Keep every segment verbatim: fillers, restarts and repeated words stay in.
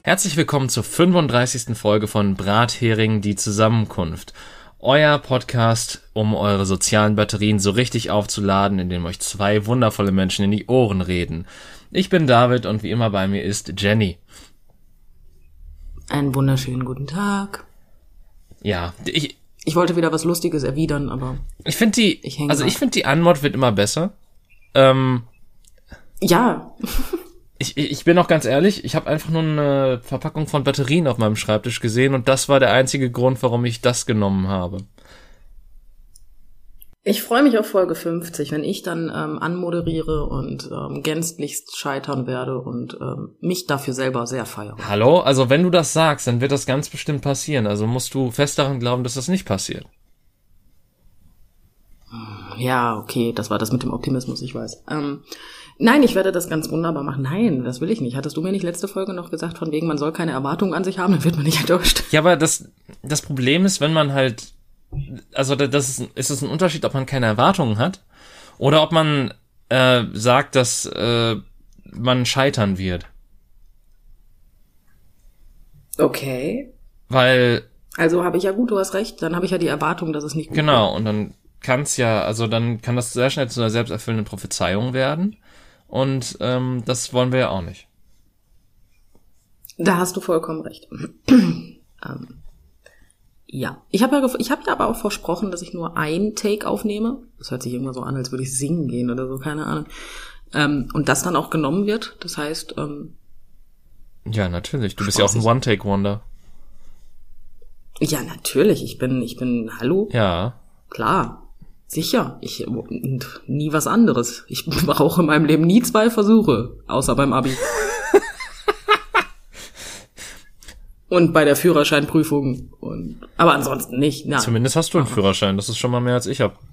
Herzlich willkommen zur fünfunddreißigsten Folge von Brathering, die Zusammenkunft. Euer Podcast, um eure sozialen Batterien so richtig aufzuladen, indem euch zwei wundervolle Menschen in die Ohren reden. Ich bin David und wie immer bei mir ist Jenny. Einen wunderschönen guten Tag. Ja, ich... Ich wollte wieder was Lustiges erwidern, aber... Ich finde die... Ich also ich finde die Anmod wird immer besser. Ähm... Ja. Ich, ich bin auch ganz ehrlich, ich habe einfach nur eine Verpackung von Batterien auf meinem Schreibtisch gesehen und das war der einzige Grund, warum ich das genommen habe. Ich freue mich auf Folge fünfzig, wenn ich dann ähm, anmoderiere und ähm, gänzlichst scheitern werde und ähm, mich dafür selber sehr feiere. Hallo? Also wenn du das sagst, dann wird das ganz bestimmt passieren. Also musst du fest daran glauben, dass das nicht passiert. Ja, okay, das war das mit dem Optimismus, ich weiß. Ähm, nein, ich werde das ganz wunderbar machen. Nein, das will ich nicht. Hattest du mir nicht letzte Folge noch gesagt, von wegen, man soll keine Erwartungen an sich haben, dann wird man nicht enttäuscht. Ja, aber das, das Problem ist, wenn man halt, also das ist, ist es ein Unterschied, ob man keine Erwartungen hat oder ob man äh, sagt, dass äh, man scheitern wird. Okay. Weil... Also habe ich ja gut, du hast recht, dann habe ich ja die Erwartung, dass es nicht gut wird. Genau, und dann kann es ja, also dann kann das sehr schnell zu einer selbsterfüllenden Prophezeiung werden und ähm, das wollen wir ja auch nicht. Da hast du vollkommen recht. ähm, ja, ich habe ja, ich habe ja aber auch versprochen, dass ich nur ein Take aufnehme. Das hört sich immer so an, als würde ich singen gehen oder so, keine Ahnung. Ähm, und das dann auch genommen wird. Das heißt, ähm, ja, natürlich. Du bist ja auch ein One-Take-Wonder. Ja, natürlich. Ich bin, ich bin, hallo? Ja. Klar. Sicher. Ich, nie was anderes. Ich brauche in meinem Leben nie zwei Versuche. Außer beim Abi. Und bei der Führerscheinprüfung. Und, aber ansonsten nicht. Nein. Zumindest hast du einen Führerschein. Das ist schon mal mehr als ich hab.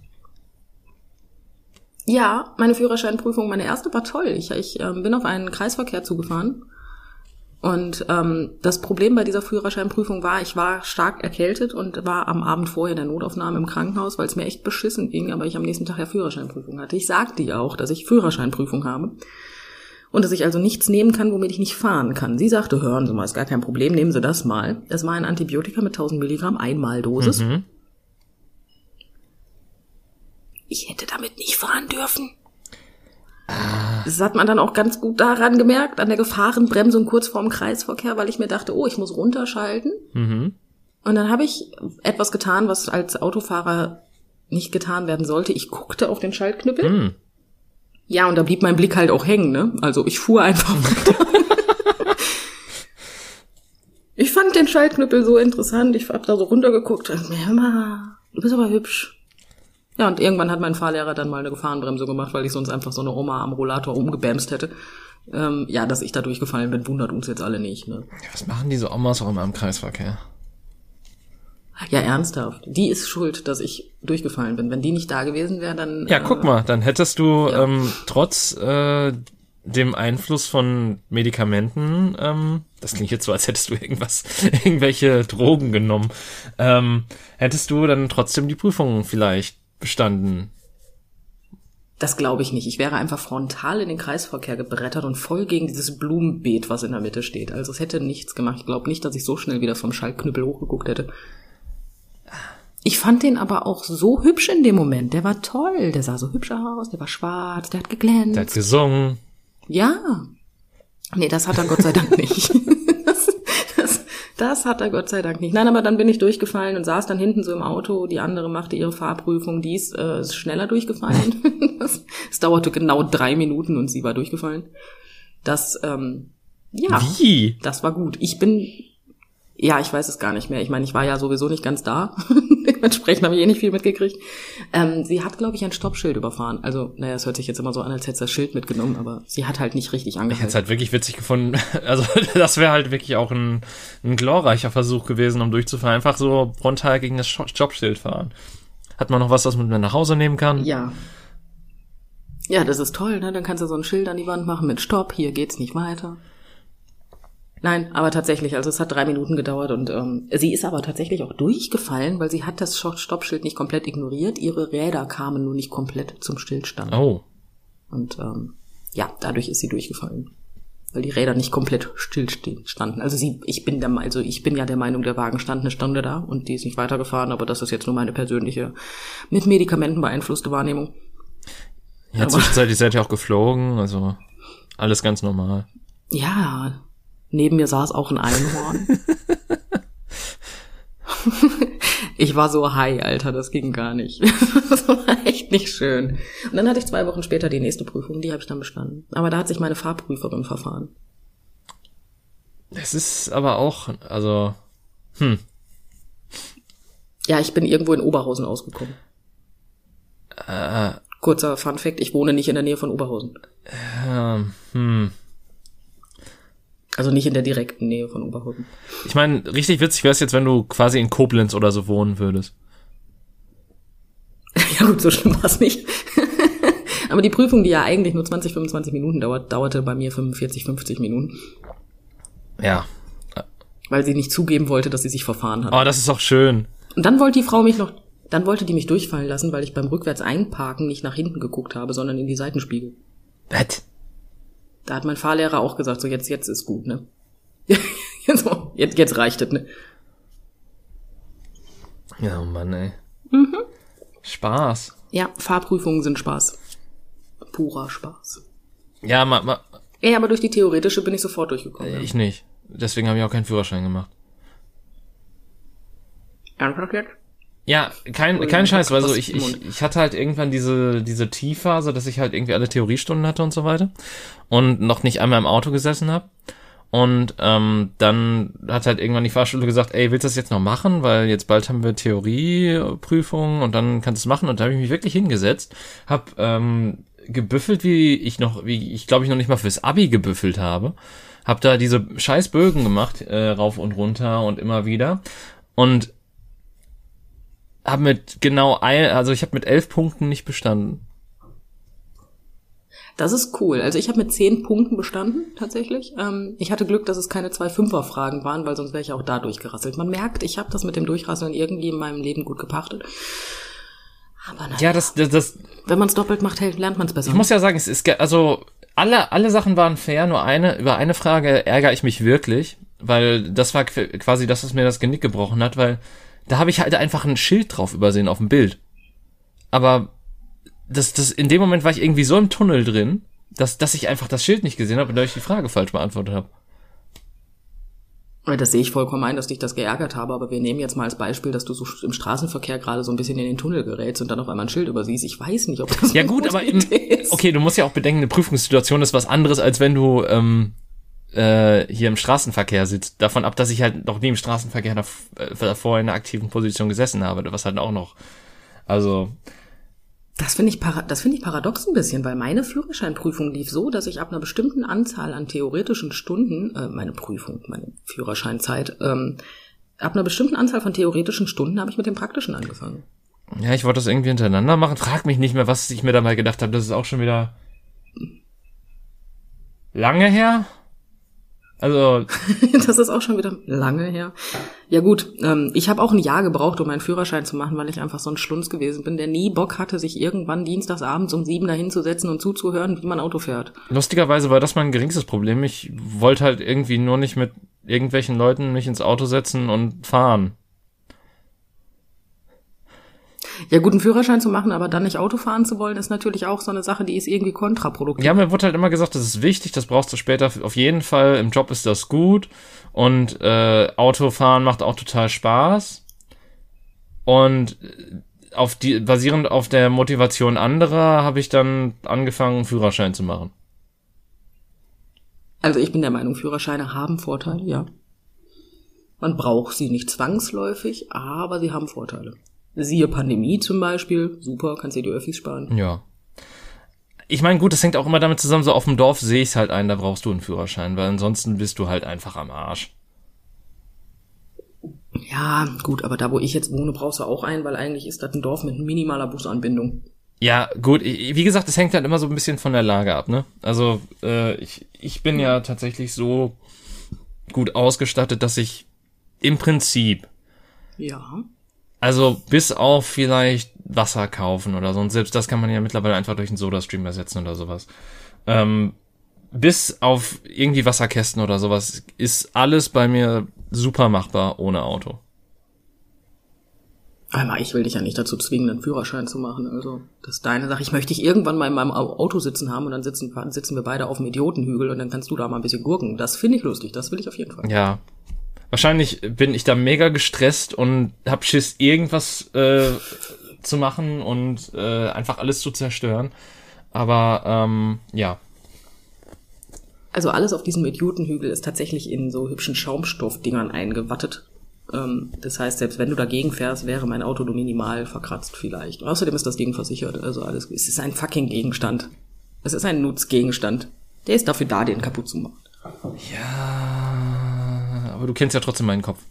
Ja, meine Führerscheinprüfung, meine erste war toll. Ich, ich äh, bin auf einen Kreisverkehr zugefahren. Und ähm, das Problem bei dieser Führerscheinprüfung war, ich war stark erkältet und war am Abend vorher in der Notaufnahme im Krankenhaus, weil es mir echt beschissen ging, aber ich am nächsten Tag ja Führerscheinprüfung hatte. Ich sagte ihr auch, dass ich Führerscheinprüfung habe und dass ich also nichts nehmen kann, womit ich nicht fahren kann. Sie sagte, hören Sie mal, ist gar kein Problem, nehmen Sie das mal. Es war ein Antibiotika mit tausend Milligramm, Einmaldosis. Mhm. Ich hätte damit nicht fahren dürfen. Das hat man dann auch ganz gut daran gemerkt, an der Gefahrenbremsung kurz vorm Kreisverkehr, weil ich mir dachte, oh, ich muss runterschalten. Mhm. Und dann habe ich etwas getan, was als Autofahrer nicht getan werden sollte. Ich guckte auf den Schaltknüppel. Mhm. Ja, und da blieb mein Blick halt auch hängen, ne? Also ich fuhr einfach weiter. Ich fand den Schaltknüppel so interessant. Ich hab da so runtergeguckt und mir, hör mal, du bist aber hübsch. Ja, und irgendwann hat mein Fahrlehrer dann mal eine Gefahrenbremse gemacht, weil ich sonst einfach so eine Oma am Rollator umgebämst hätte. Ähm, ja, dass ich da durchgefallen bin, wundert uns jetzt alle nicht, ne? Ja, was machen diese Omas auch immer im Kreisverkehr? Ja, ernsthaft. Die ist schuld, dass ich durchgefallen bin. Wenn die nicht da gewesen wäre, dann... Ja, äh, guck mal, dann hättest du ja. ähm, trotz äh, dem Einfluss von Medikamenten, ähm, das klingt jetzt so, als hättest du irgendwas, irgendwelche Drogen genommen, ähm, hättest du dann trotzdem die Prüfung vielleicht bestanden. Das glaube ich nicht. Ich wäre einfach frontal in den Kreisverkehr gebrettert und voll gegen dieses Blumenbeet, was in der Mitte steht. Also es hätte nichts gemacht. Ich glaube nicht, dass ich so schnell wieder vom Schaltknüppel hochgeguckt hätte. Ich fand den aber auch so hübsch in dem Moment. Der war toll. Der sah so hübsch aus. Der war schwarz. Der hat geglänzt. Der hat gesungen. Ja. Nee, das hat er Gott sei Dank nicht. das, das, das hat er Gott sei Dank nicht. Nein, aber dann bin ich durchgefallen und saß dann hinten so im Auto. Die andere machte ihre Fahrprüfung. Die ist, äh, ist schneller durchgefallen. Es dauerte genau drei Minuten und sie war durchgefallen. Das, ähm, ja. Wie? Das war gut. Ich bin, ja, ich weiß es gar nicht mehr. Ich meine, ich war ja sowieso nicht ganz da. Dementsprechend habe ich eh nicht viel mitgekriegt. Ähm, sie hat, glaube ich, ein Stoppschild überfahren. Also, naja, es hört sich jetzt immer so an, als hätte sie das Schild mitgenommen, aber sie hat halt nicht richtig angehalten. Ich hätte es halt wirklich witzig gefunden. Also, das wäre halt wirklich auch ein, ein glorreicher Versuch gewesen, um durchzufahren. Einfach so frontal gegen das Stoppschild fahren. Hat man noch was, was man mit nach Hause nehmen kann? Ja. Ja, das ist toll, ne? Dann kannst du so ein Schild an die Wand machen mit Stopp, hier geht's nicht weiter. Nein, aber tatsächlich, also es hat drei Minuten gedauert und ähm, sie ist aber tatsächlich auch durchgefallen, weil sie hat das Stoppschild nicht komplett ignoriert. Ihre Räder kamen nur nicht komplett zum Stillstand. Oh. Und ähm, ja, dadurch ist sie durchgefallen. weil die Räder nicht komplett still standen. Also sie, ich bin der, also ich bin ja der Meinung, der Wagen stand eine Stunde da und die ist nicht weitergefahren, aber das ist jetzt nur meine persönliche, mit Medikamenten beeinflusste Wahrnehmung. Ja, zwischenzeitlich seid ihr auch geflogen, also alles ganz normal. Ja, neben mir saß auch ein Einhorn. Ich war so high, Alter, das ging gar nicht. Das war echt nicht schön. Und dann hatte ich zwei Wochen später die nächste Prüfung, die habe ich dann bestanden. Aber da hat sich meine Fahrprüferin verfahren. Es ist aber auch, also, hm. Ja, ich bin irgendwo in Oberhausen ausgekommen. Äh, Kurzer Funfact, ich wohne nicht in der Nähe von Oberhausen. Äh, hm. Also nicht in der direkten Nähe von Oberhausen. Ich meine, richtig witzig wäre es jetzt, wenn du quasi in Koblenz oder so wohnen würdest. Ja gut, so schlimm war es nicht. Aber die Prüfung, die ja eigentlich nur zwanzig, fünfundzwanzig Minuten dauert, dauerte bei mir fünfundvierzig, fünfzig Minuten. Ja. Weil sie nicht zugeben wollte, dass sie sich verfahren hat. Oh, das ist auch schön. Und dann wollte die Frau mich noch, dann wollte die mich durchfallen lassen, weil ich beim rückwärts einparken nicht nach hinten geguckt habe, sondern in die Seitenspiegel. Was? Da hat mein Fahrlehrer auch gesagt, so jetzt, jetzt ist gut, ne? so, jetzt, jetzt reicht es, ne? Ja, oh Mann, ey. Mhm. Spaß. Ja, Fahrprüfungen sind Spaß. Purer Spaß. Ja, ma, ma. Ja, aber durch die theoretische bin ich sofort durchgekommen. Äh, ja. ich nicht. Deswegen habe ich auch keinen Führerschein gemacht. Ernsthaft jetzt? Ja, kein, kein Scheiß, weil so ich, ich, ich hatte halt irgendwann diese, diese Tiefphase, dass ich halt irgendwie alle Theoriestunden hatte und so weiter und noch nicht einmal im Auto gesessen habe. Und ähm, dann hat halt irgendwann die Fahrschule gesagt, ey, willst du das jetzt noch machen? Weil jetzt bald haben wir Theorieprüfungen und dann kannst du es machen. Und da habe ich mich wirklich hingesetzt, hab ähm, gebüffelt, wie ich noch, wie ich glaube ich noch nicht mal fürs Abi gebüffelt habe. Hab da diese scheiß Bögen gemacht, äh, rauf und runter und immer wieder. Und hab mit genau ein, also ich habe mit elf Punkten nicht bestanden. Das ist cool. Also ich habe mit zehn Punkten bestanden, tatsächlich. Ähm, ich hatte Glück, dass es keine zwei Fünfer-Fragen waren, weil sonst wäre ich auch da durchgerasselt. Man merkt, ich habe das mit dem Durchrasseln irgendwie in meinem Leben gut gepachtet. Aber naja, Ja, das, das, das wenn man es doppelt macht, lernt man es besser. Ich muss ja sagen, es ist, also alle, alle Sachen waren fair, nur eine, über eine Frage ärgere ich mich wirklich, weil das war quasi das, was mir das Genick gebrochen hat, weil da habe ich halt einfach ein Schild drauf übersehen auf dem Bild. Aber das, das, in dem Moment war ich irgendwie so im Tunnel drin, dass, dass ich einfach das Schild nicht gesehen habe und dadurch die Frage falsch beantwortet habe. Das sehe ich vollkommen ein, dass dich das geärgert habe, aber wir nehmen jetzt mal als Beispiel, dass du so im Straßenverkehr gerade so ein bisschen in den Tunnel gerätst und dann auf einmal ein Schild übersiehst. Ich weiß nicht, ob das ja gut, aber im, okay, du musst ja auch bedenken, eine Prüfungssituation ist was anderes, als wenn du ähm, äh, hier im Straßenverkehr sitzt. Davon ab, dass ich halt noch nie im Straßenverkehr davor in einer aktiven Position gesessen habe, was halt auch noch, also... Das finde ich, para- das finde ich paradox ein bisschen, weil meine Führerscheinprüfung lief so, dass ich ab einer bestimmten Anzahl an theoretischen Stunden, äh, meine Prüfung, meine Führerscheinzeit, ähm, ab einer bestimmten Anzahl von theoretischen Stunden habe ich mit dem Praktischen angefangen. Ja, ich wollte das irgendwie hintereinander machen. Frag mich nicht mehr, was ich mir da mal gedacht habe. Das ist auch schon wieder lange her. Also das ist auch schon wieder lange her. Ja gut, ähm, ich habe auch ein Jahr gebraucht, um meinen Führerschein zu machen, weil ich einfach so ein Schlunz gewesen bin, der nie Bock hatte, sich irgendwann dienstagsabends um sieben dahin zu setzen und zuzuhören, wie man Auto fährt. Lustigerweise war das mein geringstes Problem. Ich wollte halt irgendwie nur nicht mit irgendwelchen Leuten mich ins Auto setzen und fahren. Ja, gut, einen Führerschein zu machen, aber dann nicht Auto fahren zu wollen, ist natürlich auch so eine Sache, die ist irgendwie kontraproduktiv. Ja, mir wurde halt immer gesagt, das ist wichtig, das brauchst du später auf jeden Fall, im Job ist das gut und äh, Autofahren macht auch total Spaß und auf die basierend auf der Motivation anderer habe ich dann angefangen, einen Führerschein zu machen. Also ich bin der Meinung, Führerscheine haben Vorteile, ja. Man braucht sie nicht zwangsläufig, aber sie haben Vorteile. Siehe Pandemie zum Beispiel, super, kannst dir die Öffis sparen. Ja. Ich meine, gut, das hängt auch immer damit zusammen, so auf dem Dorf sehe ich es halt ein, da brauchst du einen Führerschein, weil ansonsten bist du halt einfach am Arsch. Ja, gut, aber da, wo ich jetzt wohne, brauchst du auch einen, weil eigentlich ist das ein Dorf mit minimaler Busanbindung. Ja, gut, wie gesagt, es hängt halt immer so ein bisschen von der Lage ab, ne? Also, äh, ich, ich bin ja tatsächlich so gut ausgestattet, dass ich im Prinzip... Ja... Also bis auf vielleicht Wasser kaufen oder so. Und selbst das kann man ja mittlerweile einfach durch einen Soda-Stream ersetzen oder sowas. Ähm, bis auf irgendwie Wasserkästen oder sowas ist alles bei mir super machbar ohne Auto. Aber ich will dich ja nicht dazu zwingen, einen Führerschein zu machen. Also, das ist deine Sache. Ich möchte dich irgendwann mal in meinem Auto sitzen haben und dann sitzen, sitzen wir beide auf dem Idiotenhügel und dann kannst du da mal ein bisschen gurken. Das finde ich lustig. Das will ich auf jeden Fall. Ja. Wahrscheinlich bin ich da mega gestresst und hab Schiss, irgendwas äh, zu machen und äh, einfach alles zu zerstören. Aber, ähm, ja. Also alles auf diesem Idiotenhügel ist tatsächlich in so hübschen Schaumstoffdingern eingewattet. Das heißt, selbst wenn du dagegen fährst, wäre mein Auto nur minimal verkratzt vielleicht. Außerdem ist das Ding versichert. Also alles, es ist ein fucking Gegenstand. Es ist ein Nutzgegenstand. Der ist dafür da, den kaputt zu machen. Ja, aber du kennst ja trotzdem meinen Kopf.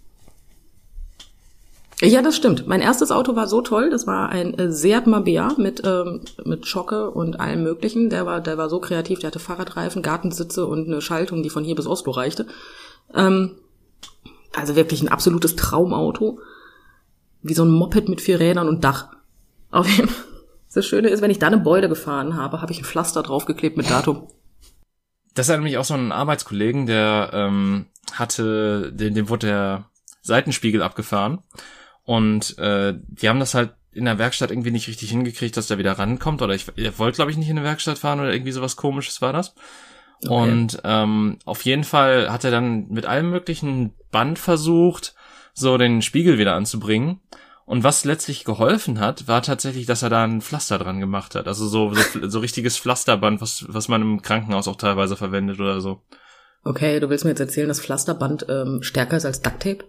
Ja, das stimmt. Mein erstes Auto war so toll. Das war ein Seat Marbella mit ähm, mit Schocke und allem Möglichen. Der war der war so kreativ. Der hatte Fahrradreifen, Gartensitze und eine Schaltung, die von hier bis Oslo reichte. Ähm, Also wirklich ein absolutes Traumauto. Wie so ein Moped mit vier Rädern und Dach. Auf jeden Fall. Das Schöne ist, wenn ich da eine Beule gefahren habe, habe ich ein Pflaster draufgeklebt mit Datum. Das hat nämlich auch so einen Arbeitskollegen, der ähm, hatte, dem, dem wurde der Seitenspiegel abgefahren. Und äh, die haben das halt in der Werkstatt irgendwie nicht richtig hingekriegt, dass der wieder rankommt. Oder ich, er wollte, glaube ich, nicht in eine Werkstatt fahren oder irgendwie sowas Komisches war das. Okay. Und ähm, auf jeden Fall hat er dann mit allem möglichen Band versucht, so den Spiegel wieder anzubringen. Und was letztlich geholfen hat, war tatsächlich, dass er da ein Pflaster dran gemacht hat. Also so so, so richtiges Pflasterband, was was man im Krankenhaus auch teilweise verwendet oder so. Okay, du willst mir jetzt erzählen, dass Pflasterband ähm, stärker ist als Ducktape?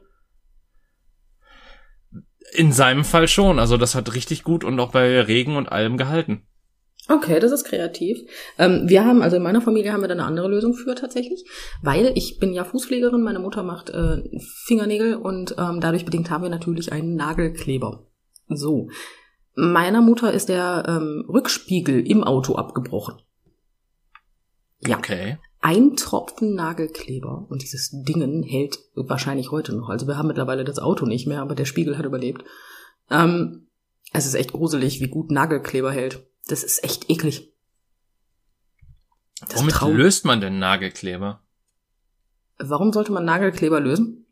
In seinem Fall schon. Also das hat richtig gut und auch bei Regen und allem gehalten. Okay, das ist kreativ. Ähm, wir haben, also in meiner Familie haben wir da eine andere Lösung für tatsächlich, weil ich bin ja Fußpflegerin, meine Mutter macht äh, Fingernägel und ähm, dadurch bedingt haben wir natürlich einen Nagelkleber. So, meiner Mutter ist der ähm, Rückspiegel im Auto abgebrochen. Ja. Okay. Ein Tropfen Nagelkleber und dieses Dingen hält wahrscheinlich heute noch. Also wir haben mittlerweile das Auto nicht mehr, aber der Spiegel hat überlebt. Ähm, es ist echt gruselig, wie gut Nagelkleber hält. Das ist echt eklig. Das Womit trau- löst man denn Nagelkleber? Warum sollte man Nagelkleber lösen?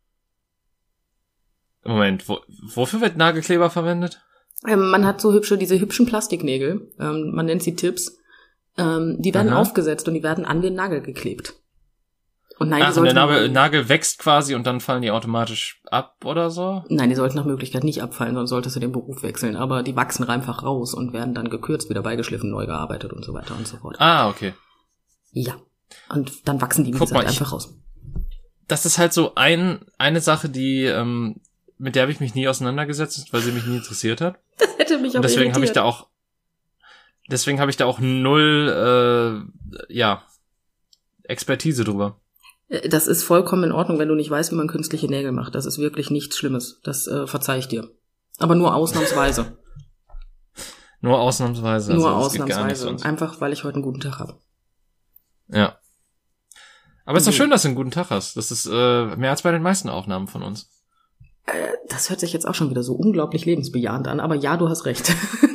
Moment, wo, wofür wird Nagelkleber verwendet? Ähm, man hat so hübsche, diese hübschen Plastiknägel, ähm, man nennt sie Tips, ähm, die werden Aha. aufgesetzt und die werden an den Nagel geklebt. Und nein, Ach, die sollten, und der Nagel, Nagel wächst quasi und dann fallen die automatisch ab oder so? Nein, die sollten nach Möglichkeit nicht abfallen, sonst solltest du den Beruf wechseln. Aber die wachsen einfach raus und werden dann gekürzt, wieder beigeschliffen, neu gearbeitet und so weiter und so fort. Ah, okay. Ja, und dann wachsen die, wie Guck gesagt, mal, ich, einfach raus. Das ist halt so ein eine Sache, die ähm, mit der habe ich mich nie auseinandergesetzt, weil sie mich nie interessiert hat. Das hätte mich auch und deswegen habe ich da auch deswegen habe ich da auch null äh, ja Expertise drüber. Das ist vollkommen in Ordnung, wenn du nicht weißt, wie man künstliche Nägel macht. Das ist wirklich nichts Schlimmes. Das äh, verzeih ich dir. Aber nur ausnahmsweise. Nur ausnahmsweise. Nur also ausnahmsweise. Einfach, weil ich heute einen guten Tag habe. Ja. Aber es ist doch schön, dass du einen guten Tag hast. Das ist äh, mehr als bei den meisten Aufnahmen von uns. Äh, das hört sich jetzt auch schon wieder so unglaublich lebensbejahend an. Aber ja, du hast recht.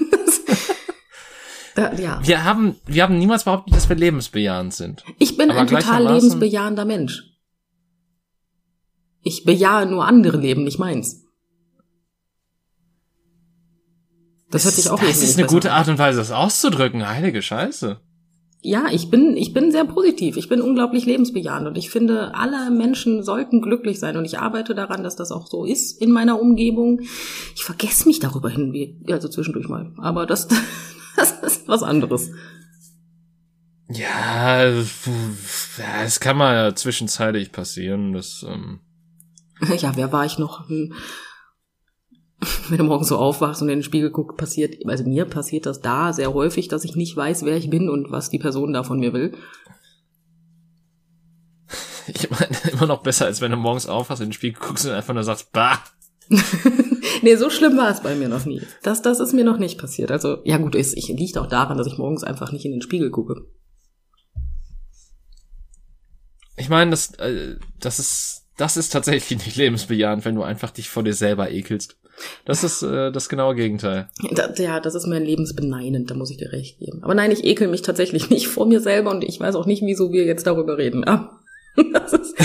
Da, ja. Wir haben, wir haben niemals behauptet, dass wir lebensbejahend sind. Ich bin Aber ein total lebensbejahender Mensch. Ich bejahe nur andere Leben, nicht meins. Das hört sich auch Das ist eine gute Art und Weise, das auszudrücken. Heilige Scheiße. Ja, ich bin, ich bin sehr positiv. Ich bin unglaublich lebensbejahend und ich finde, alle Menschen sollten glücklich sein und ich arbeite daran, dass das auch so ist in meiner Umgebung. Ich vergesse mich darüber hin, also zwischendurch mal. Aber das, das ist was anderes. Ja, das kann mal ja zwischenzeitlich passieren. Das, ähm ja, wer war ich noch? Hm. Wenn du morgens so aufwachst und in den Spiegel guckst, passiert, also mir passiert das da sehr häufig, dass ich nicht weiß, wer ich bin und was die Person da von mir will. Ich meine, immer noch besser, als wenn du morgens aufwachst, in den Spiegel guckst und einfach nur sagst, bah. Nee, so schlimm war es bei mir noch nie. Das, das ist mir noch nicht passiert. Also, ja gut, es liegt auch daran, dass ich morgens einfach nicht in den Spiegel gucke. Ich meine, das, äh, das ist, das ist tatsächlich nicht lebensbejahend, wenn du einfach dich vor dir selber ekelst. Das ist äh, das genaue Gegenteil. Da, ja, das ist mein lebensbeneinend, da muss ich dir recht geben. Aber nein, ich ekel mich tatsächlich nicht vor mir selber und ich weiß auch nicht, wieso wir jetzt darüber reden. Aber das ist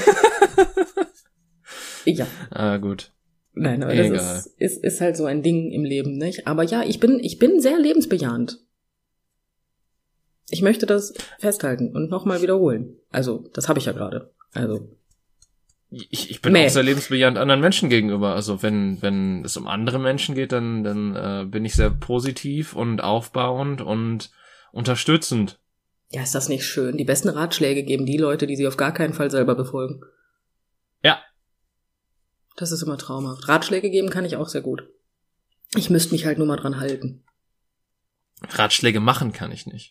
ja. Ah, gut. Nein, aber das ist, ist, ist halt so ein Ding im Leben, nicht? Aber ja, ich bin, ich bin sehr lebensbejahend. Ich möchte das festhalten und nochmal wiederholen. Also, das habe ich ja gerade. Also. Ich, ich bin Mäh. auch sehr lebensbejahend anderen Menschen gegenüber. Also wenn wenn es um andere Menschen geht, dann dann äh, bin ich sehr positiv und aufbauend und unterstützend. Ja, ist das nicht schön? Die besten Ratschläge geben die Leute, die sie auf gar keinen Fall selber befolgen. Ja. Das ist immer traumhaft. Ratschläge geben kann ich auch sehr gut. Ich müsste mich halt nur mal dran halten. Ratschläge machen kann ich nicht.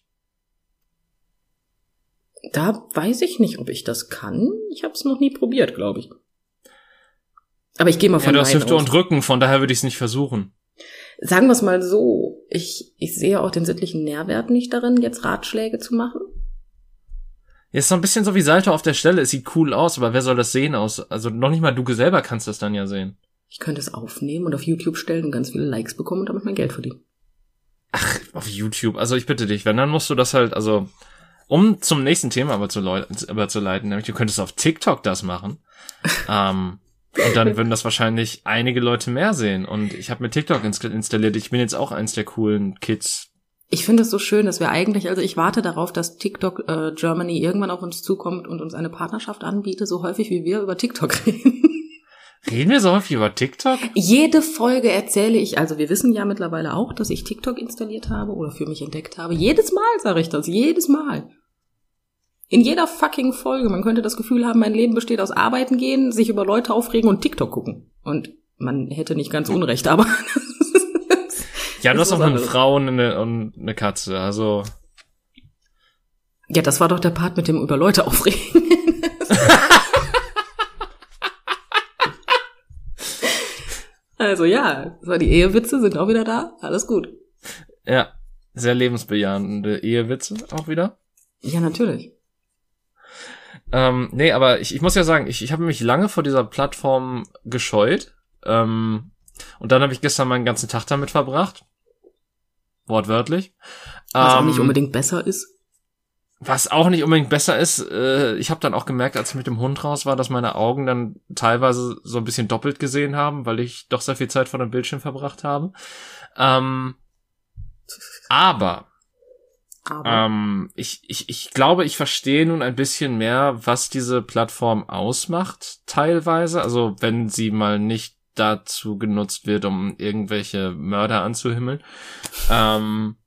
Da weiß ich nicht, ob ich das kann. Ich habe es noch nie probiert, glaube ich. Aber ich gehe mal von ja, du hast Nein Hüfte aus. und Rücken, von daher würde ich es nicht versuchen. Sagen wir es mal so, ich, ich sehe auch den sittlichen Nährwert nicht darin, jetzt Ratschläge zu machen. Ja, ist so ein bisschen so wie Salto auf der Stelle. Es sieht cool aus, aber wer soll das sehen aus? Also noch nicht mal du selber kannst das dann ja sehen. Ich könnte es aufnehmen und auf YouTube stellen und ganz viele Likes bekommen und damit mein Geld verdienen. Ach, auf YouTube. Also ich bitte dich, wenn, dann musst du das halt, also um zum nächsten Thema aber zu, leu- aber zu leiten, nämlich du könntest auf TikTok das machen. ähm, und dann würden das wahrscheinlich einige Leute mehr sehen. Und ich habe mir TikTok ins- installiert. Ich bin jetzt auch eins der coolen Kids. Ich finde es so schön, dass wir eigentlich, also ich warte darauf, dass TikTok äh, Germany irgendwann auf uns zukommt und uns eine Partnerschaft anbietet, so häufig wie wir über TikTok reden. Reden wir so häufig über TikTok? Jede Folge erzähle ich, also wir wissen ja mittlerweile auch, dass ich TikTok installiert habe oder für mich entdeckt habe. Jedes Mal sage ich das, jedes Mal. In jeder fucking Folge. Man könnte das Gefühl haben, mein Leben besteht aus Arbeiten gehen, sich über Leute aufregen und TikTok gucken. Und man hätte nicht ganz unrecht, aber... Ja, du hast auch eine Frau und eine, und eine Katze, also... Ja, das war doch der Part mit dem über Leute aufregen. Also ja, so die Ehewitze sind auch wieder da, alles gut. Ja, sehr lebensbejahende Ehewitze auch wieder. Ja, natürlich. Ähm, nee, aber ich, ich muss ja sagen, ich, ich habe mich lange vor dieser Plattform gescheut. Ähm, und dann habe ich gestern meinen ganzen Tag damit verbracht. Wortwörtlich. Was ähm, auch nicht unbedingt besser ist. Was auch nicht unbedingt besser ist, äh, ich habe dann auch gemerkt, als ich mit dem Hund raus war, dass meine Augen dann teilweise so ein bisschen doppelt gesehen haben, weil ich doch sehr viel Zeit vor dem Bildschirm verbracht habe. Ähm, aber Aber ähm, ich, ich, ich glaube, ich verstehe nun ein bisschen mehr, was diese Plattform ausmacht, teilweise. Also wenn sie mal nicht dazu genutzt wird, um irgendwelche Mörder anzuhimmeln. Ähm,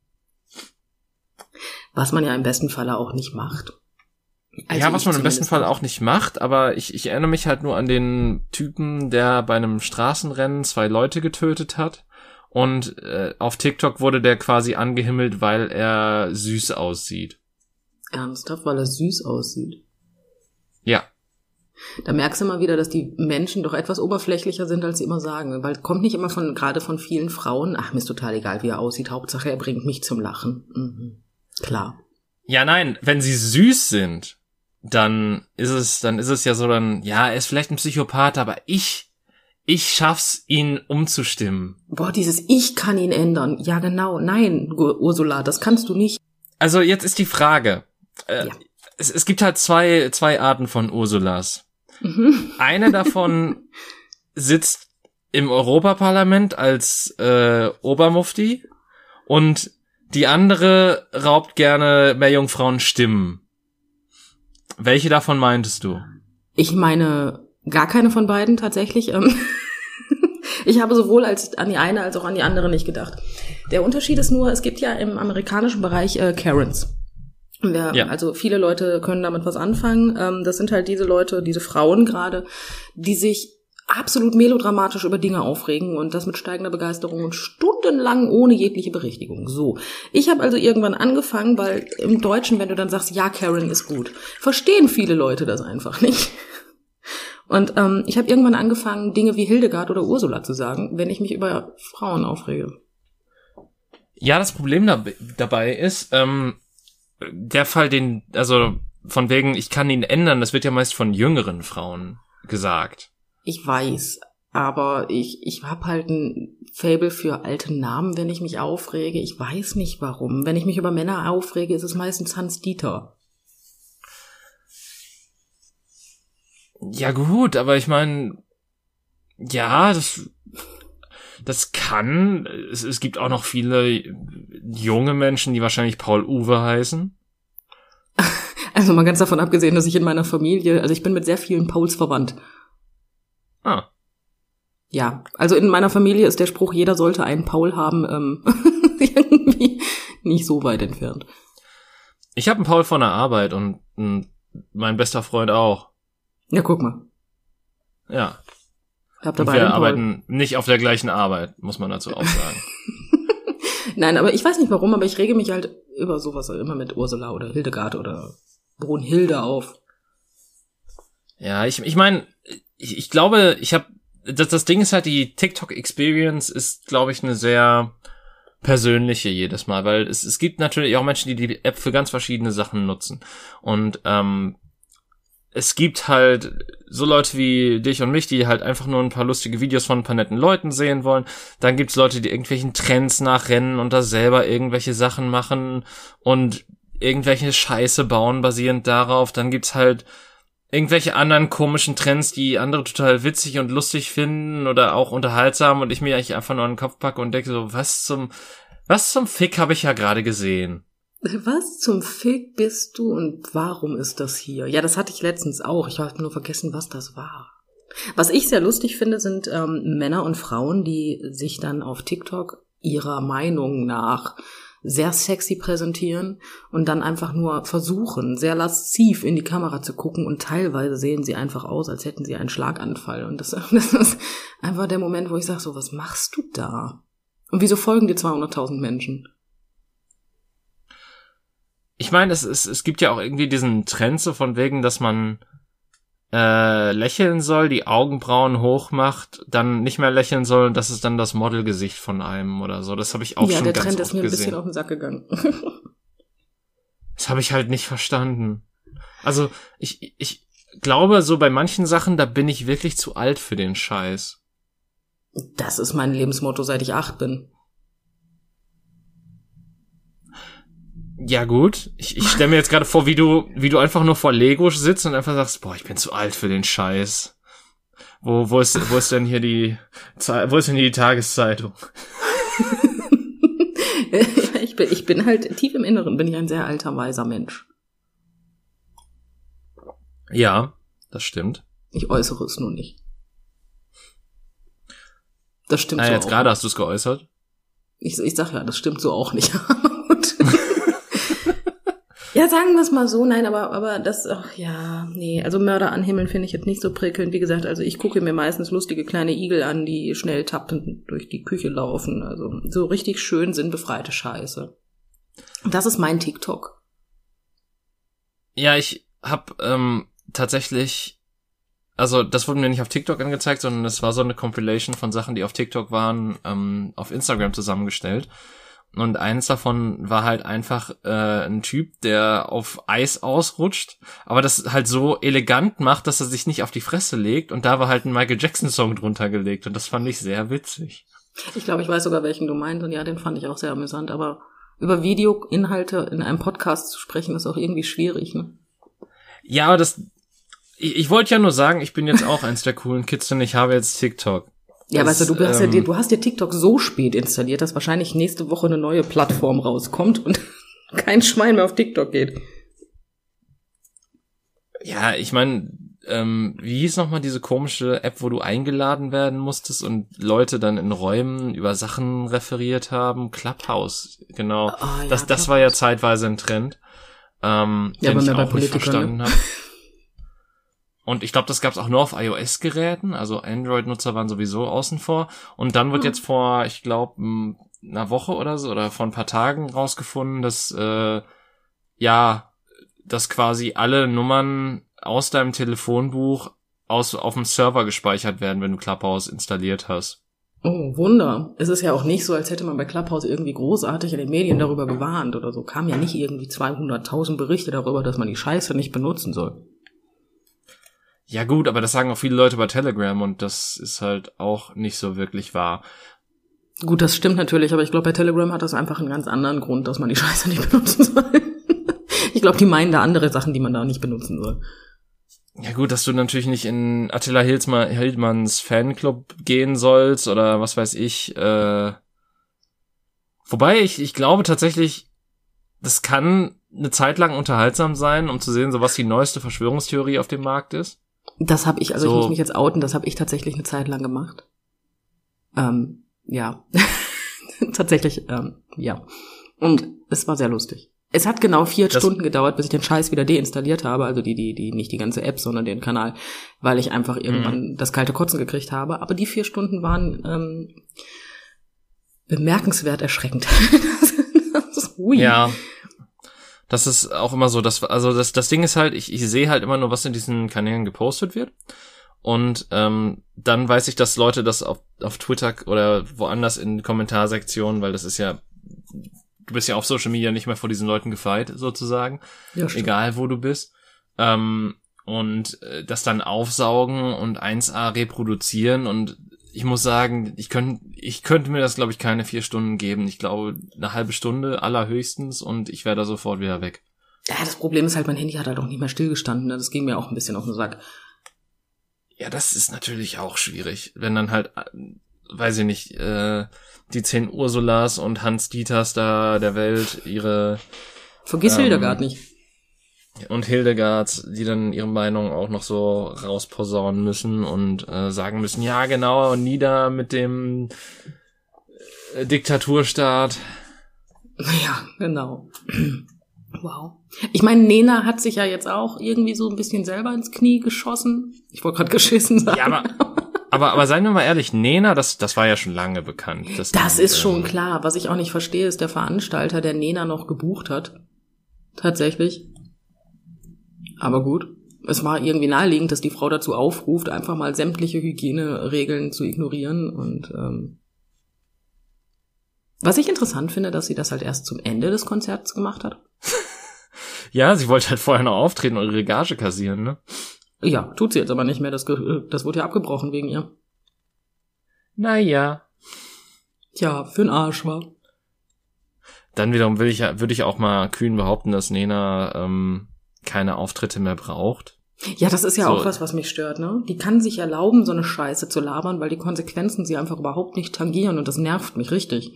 was man ja im besten Falle auch nicht macht. Also ja, was ich man im besten zumindest Fall nicht. auch nicht macht, aber ich, ich erinnere mich halt nur an den Typen, der bei einem Straßenrennen zwei Leute getötet hat. Und äh, auf TikTok wurde der quasi angehimmelt, weil er süß aussieht. Ernsthaft, weil er süß aussieht. Ja. Da merkst du mal wieder, dass die Menschen doch etwas oberflächlicher sind, als sie immer sagen. Weil kommt nicht immer von, gerade von vielen Frauen, ach, mir ist total egal, wie er aussieht, Hauptsache er bringt mich zum Lachen. Mhm. Klar. Ja, nein, wenn sie süß sind, dann ist es, dann ist es ja so, dann, ja, er ist vielleicht ein Psychopath, aber ich, ich schaff's, ihn umzustimmen. Boah, dieses Ich kann ihn ändern. Ja, genau. Nein, Ursula, das kannst du nicht. Also jetzt ist die Frage. Äh, Ja. es, es gibt halt zwei, zwei Arten von Ursulas. Mhm. Eine davon sitzt im Europaparlament als äh, Obermufti und die andere raubt gerne Meerjungfrauen Stimmen. Welche davon meintest du? Ich meine, gar keine von beiden tatsächlich. Ähm, Ich habe sowohl als an die eine als auch an die andere nicht gedacht. Der Unterschied ist nur, es gibt ja im amerikanischen Bereich äh, Karens. Wir, Ja. Also viele Leute können damit was anfangen. Ähm, das sind halt diese Leute, diese Frauen gerade, die sich absolut melodramatisch über Dinge aufregen und das mit steigender Begeisterung und stundenlang ohne jegliche Berichtigung. So, ich habe also irgendwann angefangen, weil im Deutschen, wenn du dann sagst, ja, Karen ist gut, verstehen viele Leute das einfach nicht. Und ähm, ich habe irgendwann angefangen, Dinge wie Hildegard oder Ursula zu sagen, wenn ich mich über Frauen aufrege. Ja, das Problem da, dabei ist, ähm, der Fall, den, also von wegen, ich kann ihn ändern, das wird ja meist von jüngeren Frauen gesagt. Ich weiß, Aber ich, ich habe halt ein Faible für alte Namen, wenn ich mich aufrege. Ich weiß nicht warum. Wenn ich mich über Männer aufrege, ist es meistens Hans Dieter. Ja gut, aber ich meine, ja, das, das kann. Es, es gibt auch noch viele junge Menschen, die wahrscheinlich Paul Uwe heißen. Also mal ganz davon abgesehen, dass ich in meiner Familie, also ich bin mit sehr vielen Pauls verwandt. Ah. Ja, also in meiner Familie ist der Spruch, jeder sollte einen Paul haben, ähm, irgendwie nicht so weit entfernt. Ich habe einen Paul von der Arbeit und m, mein bester Freund auch. Ja, guck mal. Ja. Habt Und dabei wir arbeiten nicht auf der gleichen Arbeit, muss man dazu auch sagen. Nein, aber ich weiß nicht warum, aber ich rege mich halt über sowas immer mit Ursula oder Hildegard oder Brunhilde auf. Ja, ich ich meine, ich, ich glaube, ich habe das, das Ding ist halt, die TikTok-Experience ist, glaube ich, eine sehr persönliche jedes Mal, weil es, es gibt natürlich auch Menschen, die die App für ganz verschiedene Sachen nutzen. Und ähm, es gibt halt so Leute wie dich und mich, die halt einfach nur ein paar lustige Videos von ein paar netten Leuten sehen wollen. Dann gibt's Leute, die irgendwelchen Trends nachrennen und da selber irgendwelche Sachen machen und irgendwelche Scheiße bauen basierend darauf. Dann gibt's halt irgendwelche anderen komischen Trends, die andere total witzig und lustig finden oder auch unterhaltsam und ich mir eigentlich einfach nur an den Kopf packe und denke so, was zum, was zum Fick habe ich ja gerade gesehen? Was zum Fick bist du und warum ist das hier? Ja, das hatte ich letztens auch. Ich habe nur vergessen, was das war. Was ich sehr lustig finde, sind ähm, Männer und Frauen, die sich dann auf TikTok ihrer Meinung nach sehr sexy präsentieren und dann einfach nur versuchen, sehr lasziv in die Kamera zu gucken und teilweise sehen sie einfach aus, als hätten sie einen Schlaganfall. Und das, das ist einfach der Moment, wo ich sage, so, was machst du da? Und wieso folgen dir zweihunderttausend Menschen? Ich meine, es, es, es gibt ja auch irgendwie diesen Trend so von wegen, dass man äh, lächeln soll, die Augenbrauen hoch macht, dann nicht mehr lächeln soll und das ist dann das Modelgesicht von einem oder so. Das habe ich auch ja, schon der ganz Trend oft ist mir ein gesehen. bisschen auf den Sack gegangen. Das habe ich halt nicht verstanden. Also ich, ich glaube, so bei manchen Sachen, da bin ich wirklich zu alt für den Scheiß. Das ist mein Lebensmotto, seit ich acht bin. Ja gut, ich, ich stelle mir jetzt gerade vor, wie du wie du einfach nur vor Lego sitzt und einfach sagst, boah, ich bin zu alt für den Scheiß. Wo wo ist wo ist denn hier die wo ist denn hier die Tageszeitung? ich bin ich bin halt tief im Inneren bin ich ein sehr alter weiser Mensch. Ja, das stimmt. Ich äußere es nur nicht. Das stimmt ah, so jetzt auch. gerade hast du es geäußert. Ich ich sag ja, das stimmt so auch nicht. Ja, sagen wir es mal so, nein, aber aber das, ach ja, nee, also Mörder anhimmeln finde ich jetzt nicht so prickelnd. Wie gesagt, also ich gucke mir meistens lustige kleine Igel an, die schnell tappend durch die Küche laufen. Also so richtig schön sinnbefreite Scheiße. Das ist mein TikTok. Ja, ich hab ähm, tatsächlich, also das wurde mir nicht auf TikTok angezeigt, sondern es war so eine Compilation von Sachen, die auf TikTok waren, ähm, auf Instagram zusammengestellt. Und eins davon war halt einfach äh, ein Typ, der auf Eis ausrutscht, aber das halt so elegant macht, dass er sich nicht auf die Fresse legt. Und da war halt ein Michael Jackson-Song drunter gelegt. Und das fand ich sehr witzig. Ich glaube, ich weiß sogar, welchen du meinst. Und ja, den fand ich auch sehr amüsant. Aber über Videoinhalte in einem Podcast zu sprechen, ist auch irgendwie schwierig, ne? Ja, aber das... Ich, ich wollte ja nur sagen, ich bin jetzt auch eins der coolen Kids und ich habe jetzt TikTok. Ja, das, weißt du, du hast, ähm, ja, du hast dir TikTok so spät installiert, dass wahrscheinlich nächste Woche eine neue Plattform rauskommt und kein Schwein mehr auf TikTok geht. Ja, ich meine, ähm, wie hieß nochmal diese komische App, wo du eingeladen werden musstest und Leute dann in Räumen über Sachen referiert haben? Clubhouse, genau. Oh, ja, das das war ja zeitweise ein Trend, ähm, ja, den aber ich mehr bei auch nicht Politikern, verstanden ne? habe. Und ich glaube, das gab's auch nur auf iOS-Geräten, also Android-Nutzer waren sowieso außen vor. Und dann wird Hm. jetzt vor, ich glaube, einer Woche oder so, oder vor ein paar Tagen rausgefunden, dass, äh, ja, dass quasi alle Nummern aus deinem Telefonbuch aus auf dem Server gespeichert werden, wenn du Clubhouse installiert hast. Oh, Wunder. Es ist ja auch nicht so, als hätte man bei Clubhouse irgendwie großartig in den Medien darüber gewarnt oder so. Kam ja nicht irgendwie zweihunderttausend Berichte darüber, dass man die Scheiße nicht benutzen soll. Ja gut, aber das sagen auch viele Leute bei Telegram und das ist halt auch nicht so wirklich wahr. Gut, das stimmt natürlich, aber ich glaube, bei Telegram hat das einfach einen ganz anderen Grund, dass man die Scheiße nicht benutzen soll. Ich glaube, die meinen da andere Sachen, die man da nicht benutzen soll. Ja gut, dass du natürlich nicht in Attila Hildmann, Hildmanns Fanclub gehen sollst oder was weiß ich. Äh Wobei, ich, ich glaube tatsächlich, das kann eine Zeit lang unterhaltsam sein, um zu sehen, so was die neueste Verschwörungstheorie auf dem Markt ist. Das habe ich, also so. Ich muss mich jetzt outen, das habe ich tatsächlich eine Zeit lang gemacht. Ähm, ja. Tatsächlich, ähm, ja. Und es war sehr lustig. Es hat genau vier das Stunden gedauert, bis ich den Scheiß wieder deinstalliert habe, also die, die, die, nicht die ganze App, sondern den Kanal, weil ich einfach irgendwann mhm. das kalte Kotzen gekriegt habe. Aber die vier Stunden waren ähm, bemerkenswert erschreckend. das, das ist ui. Ja. Das ist auch immer so, dass, also das, das Ding ist halt, ich, ich sehe halt immer nur, was in diesen Kanälen gepostet wird. Und ähm, dann weiß ich, dass Leute das auf, auf Twitter oder woanders in Kommentarsektionen, weil das ist ja, du bist ja auf Social Media nicht mehr vor diesen Leuten gefeit, sozusagen. Ja, egal wo du bist. Ähm, und äh, das dann aufsaugen und eins a reproduzieren. Und ich muss sagen, ich könnte ich könnte mir das, glaube ich, keine vier Stunden geben. Ich glaube, eine halbe Stunde allerhöchstens und ich wäre da sofort wieder weg. Ja, das Problem ist halt, mein Handy hat halt auch nicht mehr stillgestanden. Ne? Das ging mir auch ein bisschen auf den Sack. Ja, das ist natürlich auch schwierig. Wenn dann halt, weiß ich nicht, äh, die zehn Ursulas und Hans-Dieters da der Welt ihre... Vergiss ähm, Hildegard nicht. Und Hildegards, die dann ihre Meinung auch noch so rausposaunen müssen und äh, sagen müssen, ja genau, und nieder mit dem äh, Diktaturstaat. Ja, genau. Wow. Ich meine, Nena hat sich ja jetzt auch irgendwie so ein bisschen selber ins Knie geschossen. Ich wollte gerade geschissen sagen. Ja, aber, aber, aber seien wir mal ehrlich, Nena, das, das war ja schon lange bekannt. Das die, ist äh, schon klar. Was ich auch nicht verstehe, ist der Veranstalter, der Nena noch gebucht hat. Tatsächlich. Aber gut, es war irgendwie naheliegend, dass die Frau dazu aufruft, einfach mal sämtliche Hygieneregeln zu ignorieren. Und ähm, was ich interessant finde, dass sie das halt erst zum Ende des Konzerts gemacht hat. Ja, sie wollte halt vorher noch auftreten und ihre Gage kassieren, ne? Ja, tut sie jetzt aber nicht mehr. Das, das wurde ja abgebrochen wegen ihr. Naja. Tja, für'n Arsch, war. Dann wiederum will ich, würde ich auch mal kühn behaupten, dass Nena ähm, keine Auftritte mehr braucht. Ja, das ist ja so. auch was, was mich stört, ne? Die kann sich erlauben, so eine Scheiße zu labern, weil die Konsequenzen sie einfach überhaupt nicht tangieren und das nervt mich richtig.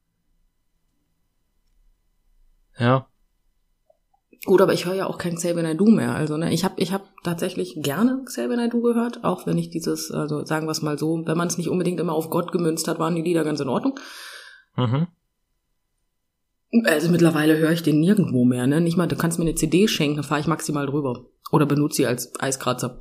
Ja. Gut, aber ich höre ja auch kein Xavier Naidoo mehr, also ne, ich habe ich hab tatsächlich gerne Xavier Naidoo gehört, auch wenn ich dieses, also sagen wir es mal so, wenn man es nicht unbedingt immer auf Gott gemünzt hat, waren die Lieder ganz in Ordnung. Mhm. Also mittlerweile höre ich den nirgendwo mehr, ne? Nicht mal, du kannst mir eine C D schenken, dann fahre ich maximal drüber. Oder benutze sie als Eiskratzer.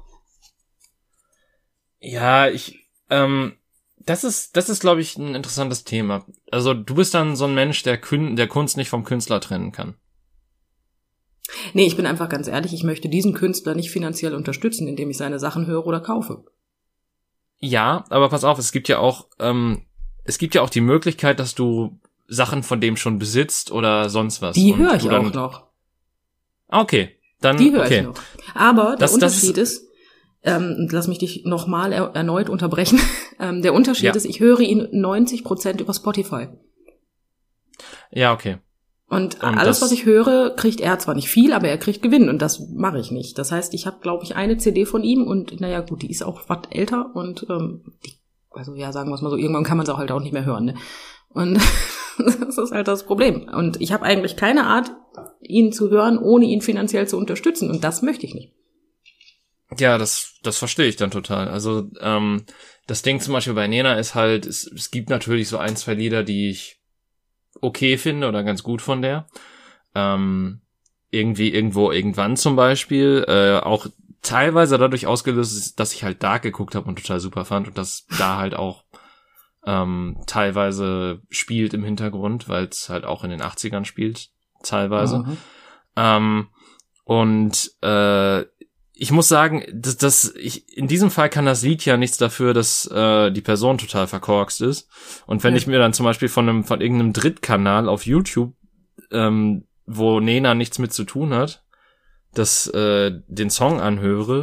Ja, ich, ähm, das ist, das ist, glaube ich, ein interessantes Thema. Also du bist dann so ein Mensch, der, Kün- der Kunst nicht vom Künstler trennen kann. Nee, ich bin einfach ganz ehrlich, ich möchte diesen Künstler nicht finanziell unterstützen, indem ich seine Sachen höre oder kaufe. Ja, aber pass auf, es gibt ja auch, ähm, es gibt ja auch die Möglichkeit, dass du Sachen von dem schon besitzt oder sonst was. Die höre ich dann auch noch. Okay, dann Die höre okay. ich noch. Aber der das, Unterschied das ist, ähm, lass mich dich nochmal er- erneut unterbrechen, ähm, der Unterschied ja. ist, ich höre ihn neunzig Prozent über Spotify. Ja, okay. Und, Und alles, das, was ich höre, kriegt er zwar nicht viel, aber er kriegt Gewinn und das mache ich nicht. Das heißt, ich habe, glaube ich, eine C D von ihm und naja gut, die ist auch was älter und ähm, die, also ja, sagen wir es mal so, irgendwann kann man es auch halt auch nicht mehr hören. Ne? Und das ist halt das Problem. Und ich habe eigentlich keine Art, ihn zu hören, ohne ihn finanziell zu unterstützen und das möchte ich nicht. Ja, das das verstehe ich dann total. Also ähm, das Ding zum Beispiel bei Nena ist halt, es, es gibt natürlich so ein, zwei Lieder, die ich okay finde oder ganz gut von der. Ähm, irgendwie, irgendwo, irgendwann zum Beispiel. Äh, auch teilweise dadurch ausgelöst ist, dass ich halt Dark geguckt habe und total super fand und das da halt auch ähm, teilweise spielt im Hintergrund, weil es halt auch in den achtzigern spielt, teilweise. Mhm. Ähm, und äh, ich muss sagen, dass, dass ich in diesem Fall kann das Lied ja nichts dafür, dass äh, die Person total verkorkst ist. Und wenn ja. ich mir dann zum Beispiel von einem von irgendeinem Drittkanal auf YouTube, ähm, wo Nena nichts mit zu tun hat, das äh, den Song anhöre,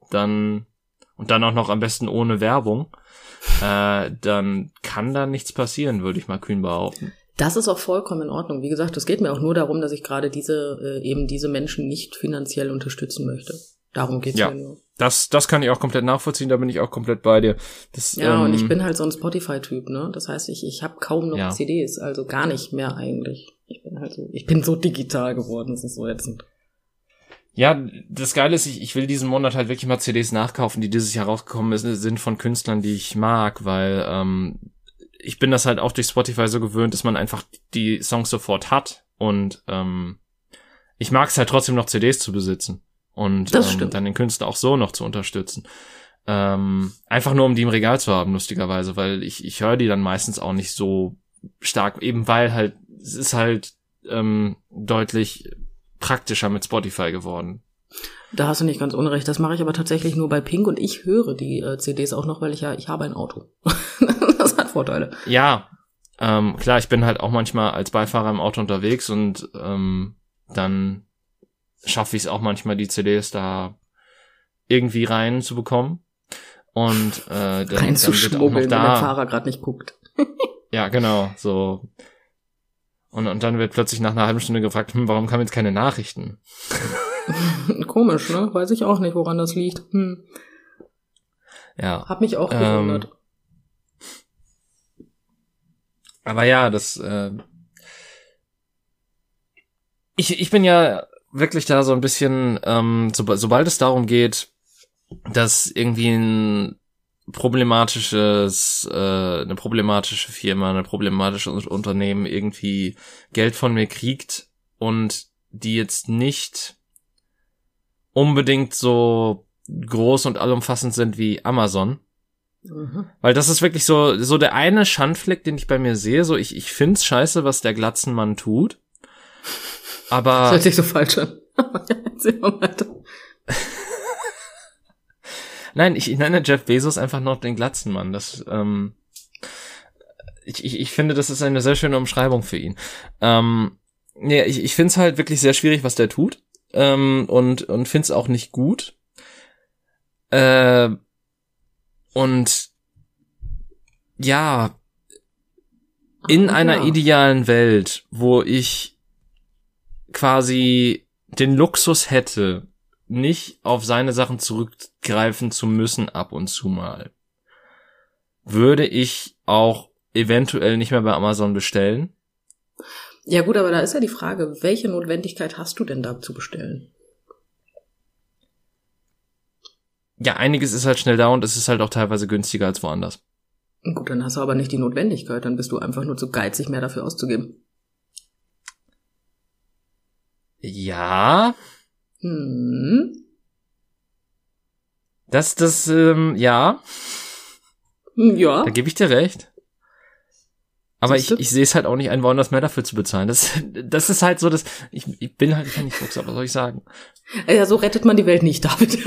dann und dann auch noch am besten ohne Werbung, äh, dann kann da nichts passieren, würde ich mal kühn behaupten. Das ist auch vollkommen in Ordnung. Wie gesagt, es geht mir auch nur darum, dass ich gerade diese äh, eben diese Menschen nicht finanziell unterstützen möchte. Darum geht's ja, mir nur. Das, das kann ich auch komplett nachvollziehen, da bin ich auch komplett bei dir. Das, ja, ähm, und ich bin halt so ein Spotify-Typ, ne? Das heißt, ich, ich habe kaum noch ja. C Ds, also gar nicht mehr eigentlich. Ich bin halt so, ich bin so digital geworden, das ist so ätzend. Ja, das Geile ist, ich, ich will diesen Monat halt wirklich mal C Ds nachkaufen, die dieses Jahr rausgekommen sind von Künstlern, die ich mag, weil ähm, ich bin das halt auch durch Spotify so gewöhnt, dass man einfach die Songs sofort hat und ähm, ich mag es halt trotzdem noch C Ds zu besitzen und ähm, dann den Künstler auch so noch zu unterstützen. Ähm, einfach nur, um die im Regal zu haben, lustigerweise, weil ich ich höre die dann meistens auch nicht so stark, eben weil halt, es ist halt ähm, deutlich praktischer mit Spotify geworden. Da hast du nicht ganz unrecht. Das mache ich aber tatsächlich nur bei Pink und ich höre die äh, C Ds auch noch, weil ich ja, ich habe ein Auto. Das hat Vorteile. Ja, ähm, klar, ich bin halt auch manchmal als Beifahrer im Auto unterwegs und ähm, dann schaffe ich es auch manchmal, die C Ds da irgendwie rein zu bekommen. Und äh, dann, rein zu dann wird auch noch da, wenn der Fahrer gerade nicht guckt. Ja, genau, so. Und, und dann wird plötzlich nach einer halben Stunde gefragt, hm, warum kamen jetzt keine Nachrichten? Komisch, ne? Weiß ich auch nicht, woran das liegt. Hm. Ja. Hab mich auch ähm, gewundert. Aber ja, das äh, ich ich bin ja wirklich da so ein bisschen, ähm, so, sobald es darum geht, dass irgendwie ein problematisches, äh, eine problematische Firma, eine problematische Unternehmen irgendwie Geld von mir kriegt und die jetzt nicht unbedingt so groß und allumfassend sind wie Amazon. Mhm. Weil das ist wirklich so so der eine Schandfleck, den ich bei mir sehe. So ich ich find's scheiße, was der Glatzenmann tut. Aber das hört sich so falsch an. Erzähl mal weiter. Nein, ich, ich nenne Jeff Bezos einfach noch den Glatzenmann. Das, ähm, ich, ich, ich finde, das ist eine sehr schöne Umschreibung für ihn. Ähm, nee, ich, ich finde es halt wirklich sehr schwierig, was der tut. Ähm, und und finde es auch nicht gut. Äh, und ja, in oh, einer ja. idealen Welt, wo ich quasi den Luxus hätte, nicht auf seine Sachen zurückgreifen zu müssen ab und zu mal, würde ich auch eventuell nicht mehr bei Amazon bestellen. Ja gut, aber da ist ja die Frage, welche Notwendigkeit hast du denn da zu bestellen? Ja, einiges ist halt schnell da und es ist halt auch teilweise günstiger als woanders. Gut, dann hast du aber nicht die Notwendigkeit, dann bist du einfach nur zu geizig, mehr dafür auszugeben. Ja. Hm. Das, das, ähm, ja. Ja. Da gebe ich dir recht. Aber ich, ich sehe es halt auch nicht ein, woanders mehr dafür zu bezahlen. Das, das ist halt so, dass ich, ich bin halt kein Fuchs, aber was soll ich sagen? Ja, so rettet man die Welt nicht, David.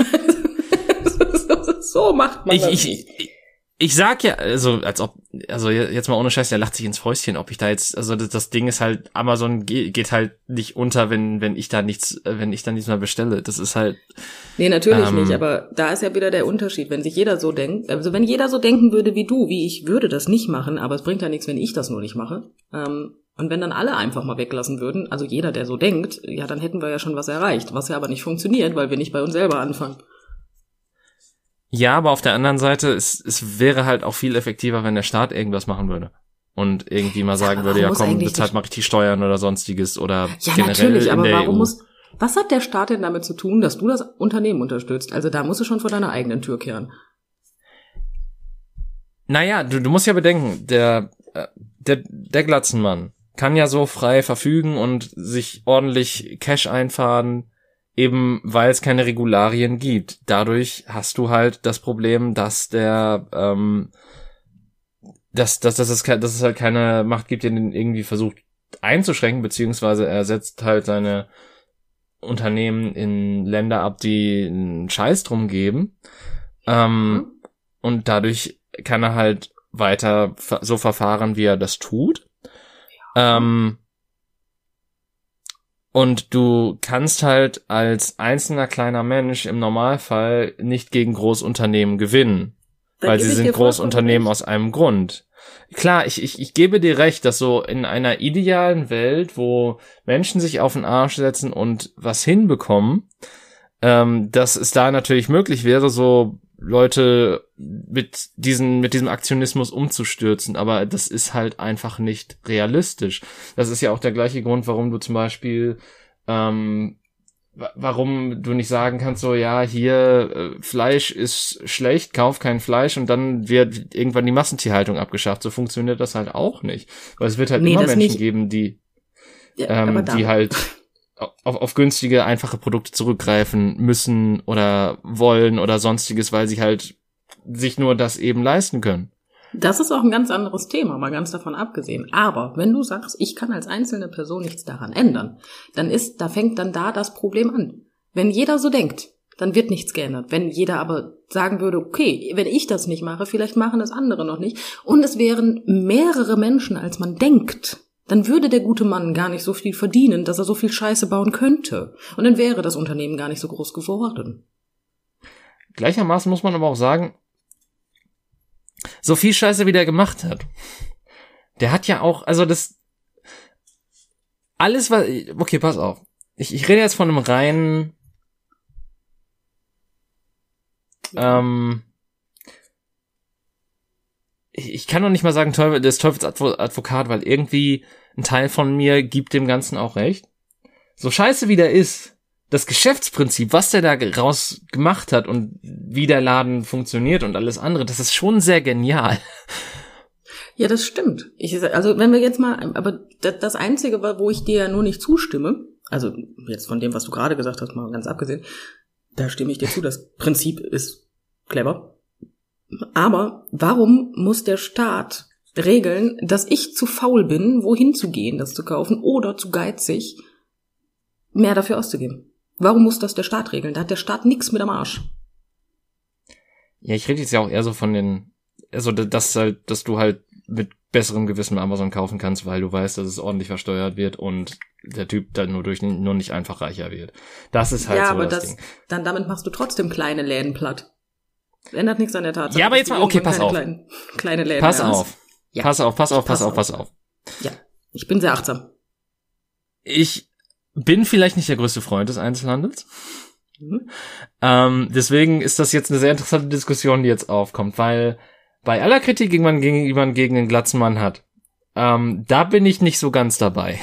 So macht man ich, das ich, nicht. Ich, ich sag ja, also als ob, also jetzt mal ohne Scheiß, der lacht sich ins Fäustchen, ob ich da jetzt, also das, das Ding ist halt, Amazon geht, geht halt nicht unter, wenn wenn ich da nichts, wenn ich da nichts mehr bestelle. Das ist halt. Nee, natürlich ähm, nicht, aber da ist ja wieder der Unterschied, wenn sich jeder so denkt, also wenn jeder so denken würde wie du, wie ich, würde das nicht machen, aber es bringt ja nichts, wenn ich das nur nicht mache. Ähm, und wenn dann alle einfach mal weglassen würden, also jeder, der so denkt, ja, dann hätten wir ja schon was erreicht, was ja aber nicht funktioniert, weil wir nicht bei uns selber anfangen. Ja, aber auf der anderen Seite, es, es wäre halt auch viel effektiver, wenn der Staat irgendwas machen würde. Und irgendwie mal sagen ja, würde, ja komm, bezahlt mal richtig Steuern oder sonstiges oder ja, generell natürlich, in aber der warum E U. muss, was hat der Staat denn damit zu tun, dass du das Unternehmen unterstützt? Also da musst du schon vor deiner eigenen Tür kehren. Naja, du, du musst ja bedenken, der, der, der Glatzenmann kann ja so frei verfügen und sich ordentlich Cash einfahren, eben weil es keine Regularien gibt. Dadurch hast du halt das Problem, dass der, ähm, dass, dass, dass, es, dass es halt keine Macht gibt, die den irgendwie versucht einzuschränken, beziehungsweise er setzt halt seine Unternehmen in Länder ab, die einen Scheiß drum geben. Ähm, mhm. Und dadurch kann er halt weiter so verfahren, wie er das tut. Ja. Ähm, Und du kannst halt als einzelner kleiner Mensch im Normalfall nicht gegen Großunternehmen gewinnen. Da weil sie sind Großunternehmen aus einem Grund. Klar, ich, ich, ich gebe dir recht, dass so in einer idealen Welt, wo Menschen sich auf den Arsch setzen und was hinbekommen, ähm, dass es da natürlich möglich wäre, so Leute mit diesen, mit diesem Aktionismus umzustürzen, aber das ist halt einfach nicht realistisch. Das ist ja auch der gleiche Grund, warum du zum Beispiel, ähm, warum du nicht sagen kannst, so, ja, hier, äh, Fleisch ist schlecht, kauf kein Fleisch und dann wird irgendwann die Massentierhaltung abgeschafft. So funktioniert das halt auch nicht. Weil es wird halt nee, immer Menschen nicht geben, die, ja, ähm, die halt auf, auf günstige, einfache Produkte zurückgreifen müssen oder wollen oder sonstiges, weil sie halt sich nur das eben leisten können. Das ist auch ein ganz anderes Thema, mal ganz davon abgesehen. Aber wenn du sagst, ich kann als einzelne Person nichts daran ändern, dann ist, da fängt dann da das Problem an. Wenn jeder so denkt, dann wird nichts geändert. Wenn jeder aber sagen würde, okay, wenn ich das nicht mache, vielleicht machen das andere noch nicht, und es wären mehrere Menschen, als man denkt, dann würde der gute Mann gar nicht so viel verdienen, dass er so viel Scheiße bauen könnte. Und dann wäre das Unternehmen gar nicht so groß geworden. Gleichermaßen muss man aber auch sagen, so viel Scheiße, wie der gemacht hat, der hat ja auch, also das, alles was, okay, pass auf, ich, ich rede jetzt von einem reinen, ähm, ich, ich kann doch nicht mal sagen, Teufel, des Teufels Advokat, weil irgendwie ein Teil von mir gibt dem Ganzen auch recht. So scheiße wie der ist, das Geschäftsprinzip, was der da raus gemacht hat und wie der Laden funktioniert und alles andere, das ist schon sehr genial. Ja, das stimmt. Ich, also wenn wir jetzt mal, aber das Einzige, wo ich dir ja nur nicht zustimme, also jetzt von dem, was du gerade gesagt hast, mal ganz abgesehen, da stimme ich dir zu, das Prinzip ist clever. Aber warum muss der Staat regeln, dass ich zu faul bin, wohin zu gehen, das zu kaufen, oder zu geizig, mehr dafür auszugeben? Warum muss das der Staat regeln? Da hat der Staat nichts mit am Arsch. Ja, ich rede jetzt ja auch eher so von den, also dass halt, dass du halt mit besserem Gewissen bei Amazon kaufen kannst, weil du weißt, dass es ordentlich versteuert wird und der Typ dann nur durch nur nicht einfach reicher wird. Das ist halt ja, so aber das, das Ding. Dann damit machst du trotzdem kleine Läden platt. Das ändert nichts an der Tatsache. Ja, aber jetzt mal, okay, pass auf. Kleine, kleine Läden pass auf. Ja. Pass auf, pass auf, pass auf, pass auf. Ja, ich bin sehr achtsam. Ich bin vielleicht nicht der größte Freund des Einzelhandels. Mhm. Ähm, deswegen ist das jetzt eine sehr interessante Diskussion, die jetzt aufkommt, weil bei aller Kritik, die man gegen jemanden gegen den Glatzmann hat, ähm, da bin ich nicht so ganz dabei.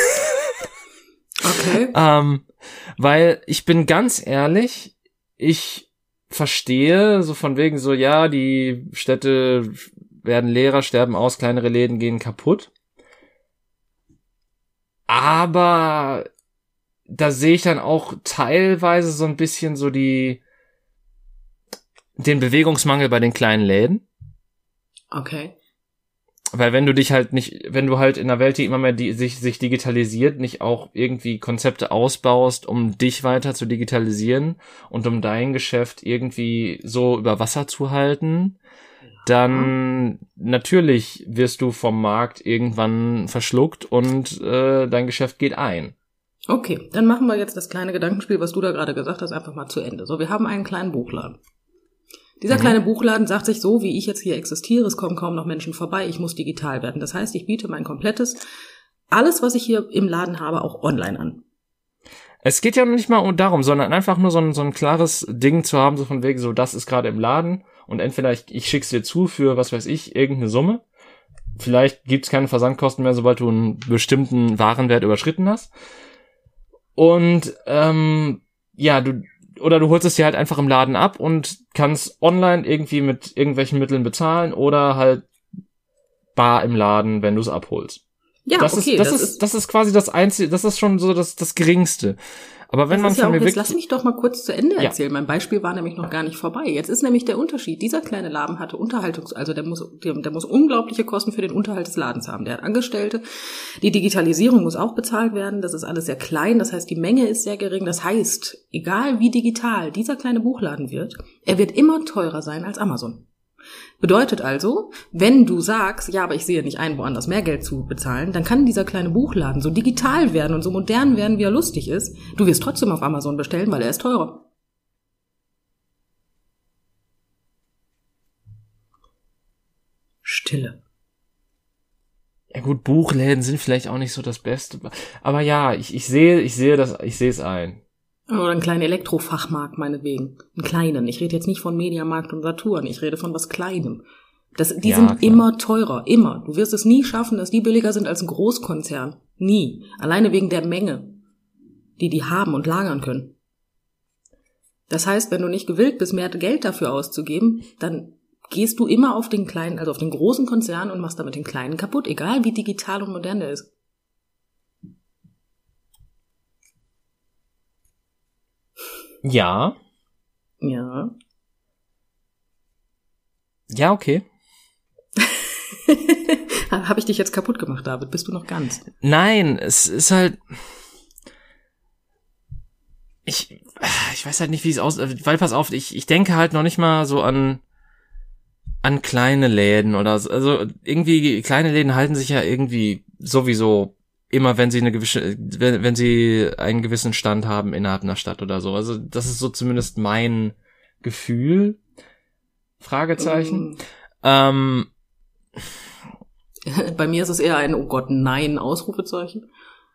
Okay. ähm, weil ich bin ganz ehrlich, ich verstehe so von wegen so, ja, die Städte werden leerer, sterben aus, kleinere Läden gehen kaputt. Aber da sehe ich dann auch teilweise so ein bisschen so die den Bewegungsmangel bei den kleinen Läden. Okay. Weil wenn du dich halt nicht, wenn du halt in einer Welt, die immer mehr die, sich, sich digitalisiert, nicht auch irgendwie Konzepte ausbaust, um dich weiter zu digitalisieren und um dein Geschäft irgendwie so über Wasser zu halten, dann natürlich wirst du vom Markt irgendwann verschluckt und äh, dein Geschäft geht ein. Okay, dann machen wir jetzt das kleine Gedankenspiel, was du da gerade gesagt hast, einfach mal zu Ende. So, wir haben einen kleinen Buchladen. Dieser mhm. kleine Buchladen sagt sich, so wie ich jetzt hier existiere, es kommen kaum noch Menschen vorbei, ich muss digital werden. Das heißt, ich biete mein komplettes, alles, was ich hier im Laden habe, auch online an. Es geht ja nicht mal darum, sondern einfach nur so ein, so ein klares Ding zu haben, so von wegen, so das ist gerade im Laden und entweder ich, ich schick's dir zu für, was weiß ich, irgendeine Summe. Vielleicht gibt's keine Versandkosten mehr, sobald du einen bestimmten Warenwert überschritten hast. Und ähm, ja, du oder du holst es dir halt einfach im Laden ab und kannst online irgendwie mit irgendwelchen Mitteln bezahlen oder halt bar im Laden, wenn du es abholst. Ja, das okay. Ist, das, das ist, ist das ist quasi das Einzige, das ist schon so das das Geringste. Aber wenn man von ja mir wirklich, lass mich doch mal kurz zu Ende ja. erzählen. Mein Beispiel war nämlich noch gar nicht vorbei. Jetzt ist nämlich der Unterschied. Dieser kleine Laden hatte Unterhaltungs, also der muss, der, der muss unglaubliche Kosten für den Unterhalt des Ladens haben. Der hat Angestellte. Die Digitalisierung muss auch bezahlt werden. Das ist alles sehr klein. Das heißt, die Menge ist sehr gering. Das heißt, egal wie digital dieser kleine Buchladen wird, er wird immer teurer sein als Amazon. Bedeutet also, wenn du sagst, ja, aber ich sehe nicht ein, woanders mehr Geld zu bezahlen, dann kann dieser kleine Buchladen so digital werden und so modern werden, wie er lustig ist. Du wirst trotzdem auf Amazon bestellen, weil er ist teurer. Stille. Ja gut, Buchläden sind vielleicht auch nicht so das Beste. Aber ja, ich, ich sehe, ich sehe das, ich sehe es ein. Oder einen kleinen Elektrofachmarkt meinetwegen. Einen kleinen. Ich rede jetzt nicht von Mediamarkt und Saturn. Ich rede von was Kleinem. Das, die ja, sind klar. Immer teurer. Immer. Du wirst es nie schaffen, dass die billiger sind als ein Großkonzern. Nie. Alleine wegen der Menge, die die haben und lagern können. Das heißt, wenn du nicht gewillt bist, mehr Geld dafür auszugeben, dann gehst du immer auf den kleinen, also auf den großen Konzern und machst damit den kleinen kaputt, egal wie digital und modern der ist. Ja. Ja. Ja, okay. Habe ich dich jetzt kaputt gemacht, David? Bist du noch ganz? Nein, es ist halt... Ich, ich weiß halt nicht, wie es aus... Weil, pass auf, ich, ich denke halt noch nicht mal so an... an kleine Läden oder so. Also irgendwie, kleine Läden halten sich ja irgendwie sowieso immer, wenn sie eine gewisse, wenn, wenn sie einen gewissen Stand haben innerhalb einer Stadt oder so. Also das ist so zumindest mein Gefühl. Fragezeichen. Mm. Ähm, Bei mir ist es eher ein, oh Gott, nein, Ausrufezeichen.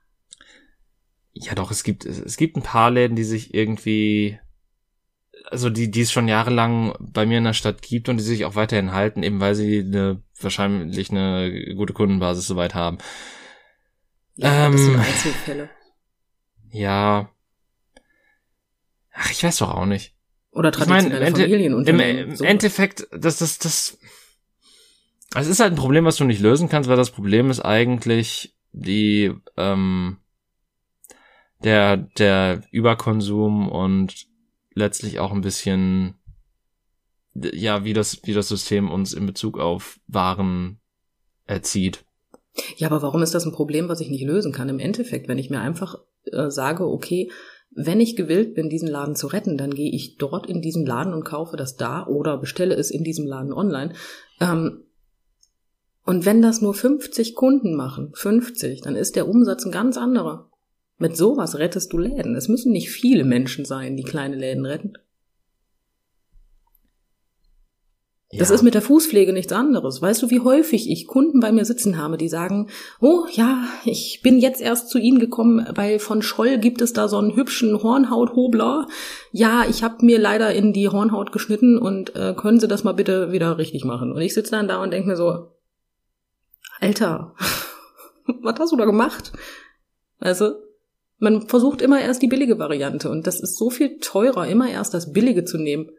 Ja doch, es gibt, es gibt ein paar Läden, die sich irgendwie, also die, die es schon jahrelang bei mir in der Stadt gibt und die sich auch weiterhin halten, eben weil sie eine, wahrscheinlich eine gute Kundenbasis soweit haben. Ja, ähm, das sind ähm, Einzelfälle. Ja. Ach, ich weiß doch auch nicht. Oder traditionelle ich mein, Familienunternehmen. Im, im Endeffekt, das, das, das, es ist halt ein Problem, was du nicht lösen kannst, weil das Problem ist eigentlich die, ähm, der, der Überkonsum und letztlich auch ein bisschen, ja, wie das, wie das System uns in Bezug auf Waren erzieht. Ja, aber warum ist das ein Problem, was ich nicht lösen kann? Im Endeffekt, wenn ich mir einfach äh, sage, okay, wenn ich gewillt bin, diesen Laden zu retten, dann gehe ich dort in diesen Laden und kaufe das da oder bestelle es in diesem Laden online. Ähm, und wenn das nur fünfzig Kunden machen, fünfzig, dann ist der Umsatz ein ganz anderer. Mit sowas rettest du Läden. Es müssen nicht viele Menschen sein, die kleine Läden retten. Ja. Das ist mit der Fußpflege nichts anderes. Weißt du, wie häufig ich Kunden bei mir sitzen habe, die sagen, oh ja, ich bin jetzt erst zu Ihnen gekommen, weil von Scholl gibt es da so einen hübschen Hornhauthobler. Ja, ich habe mir leider in die Hornhaut geschnitten und äh, können Sie das mal bitte wieder richtig machen? Und ich sitze dann da und denke mir so, Alter, was hast du da gemacht? Weißt du? Man versucht immer erst die billige Variante und das ist so viel teurer, immer erst das Billige zu nehmen.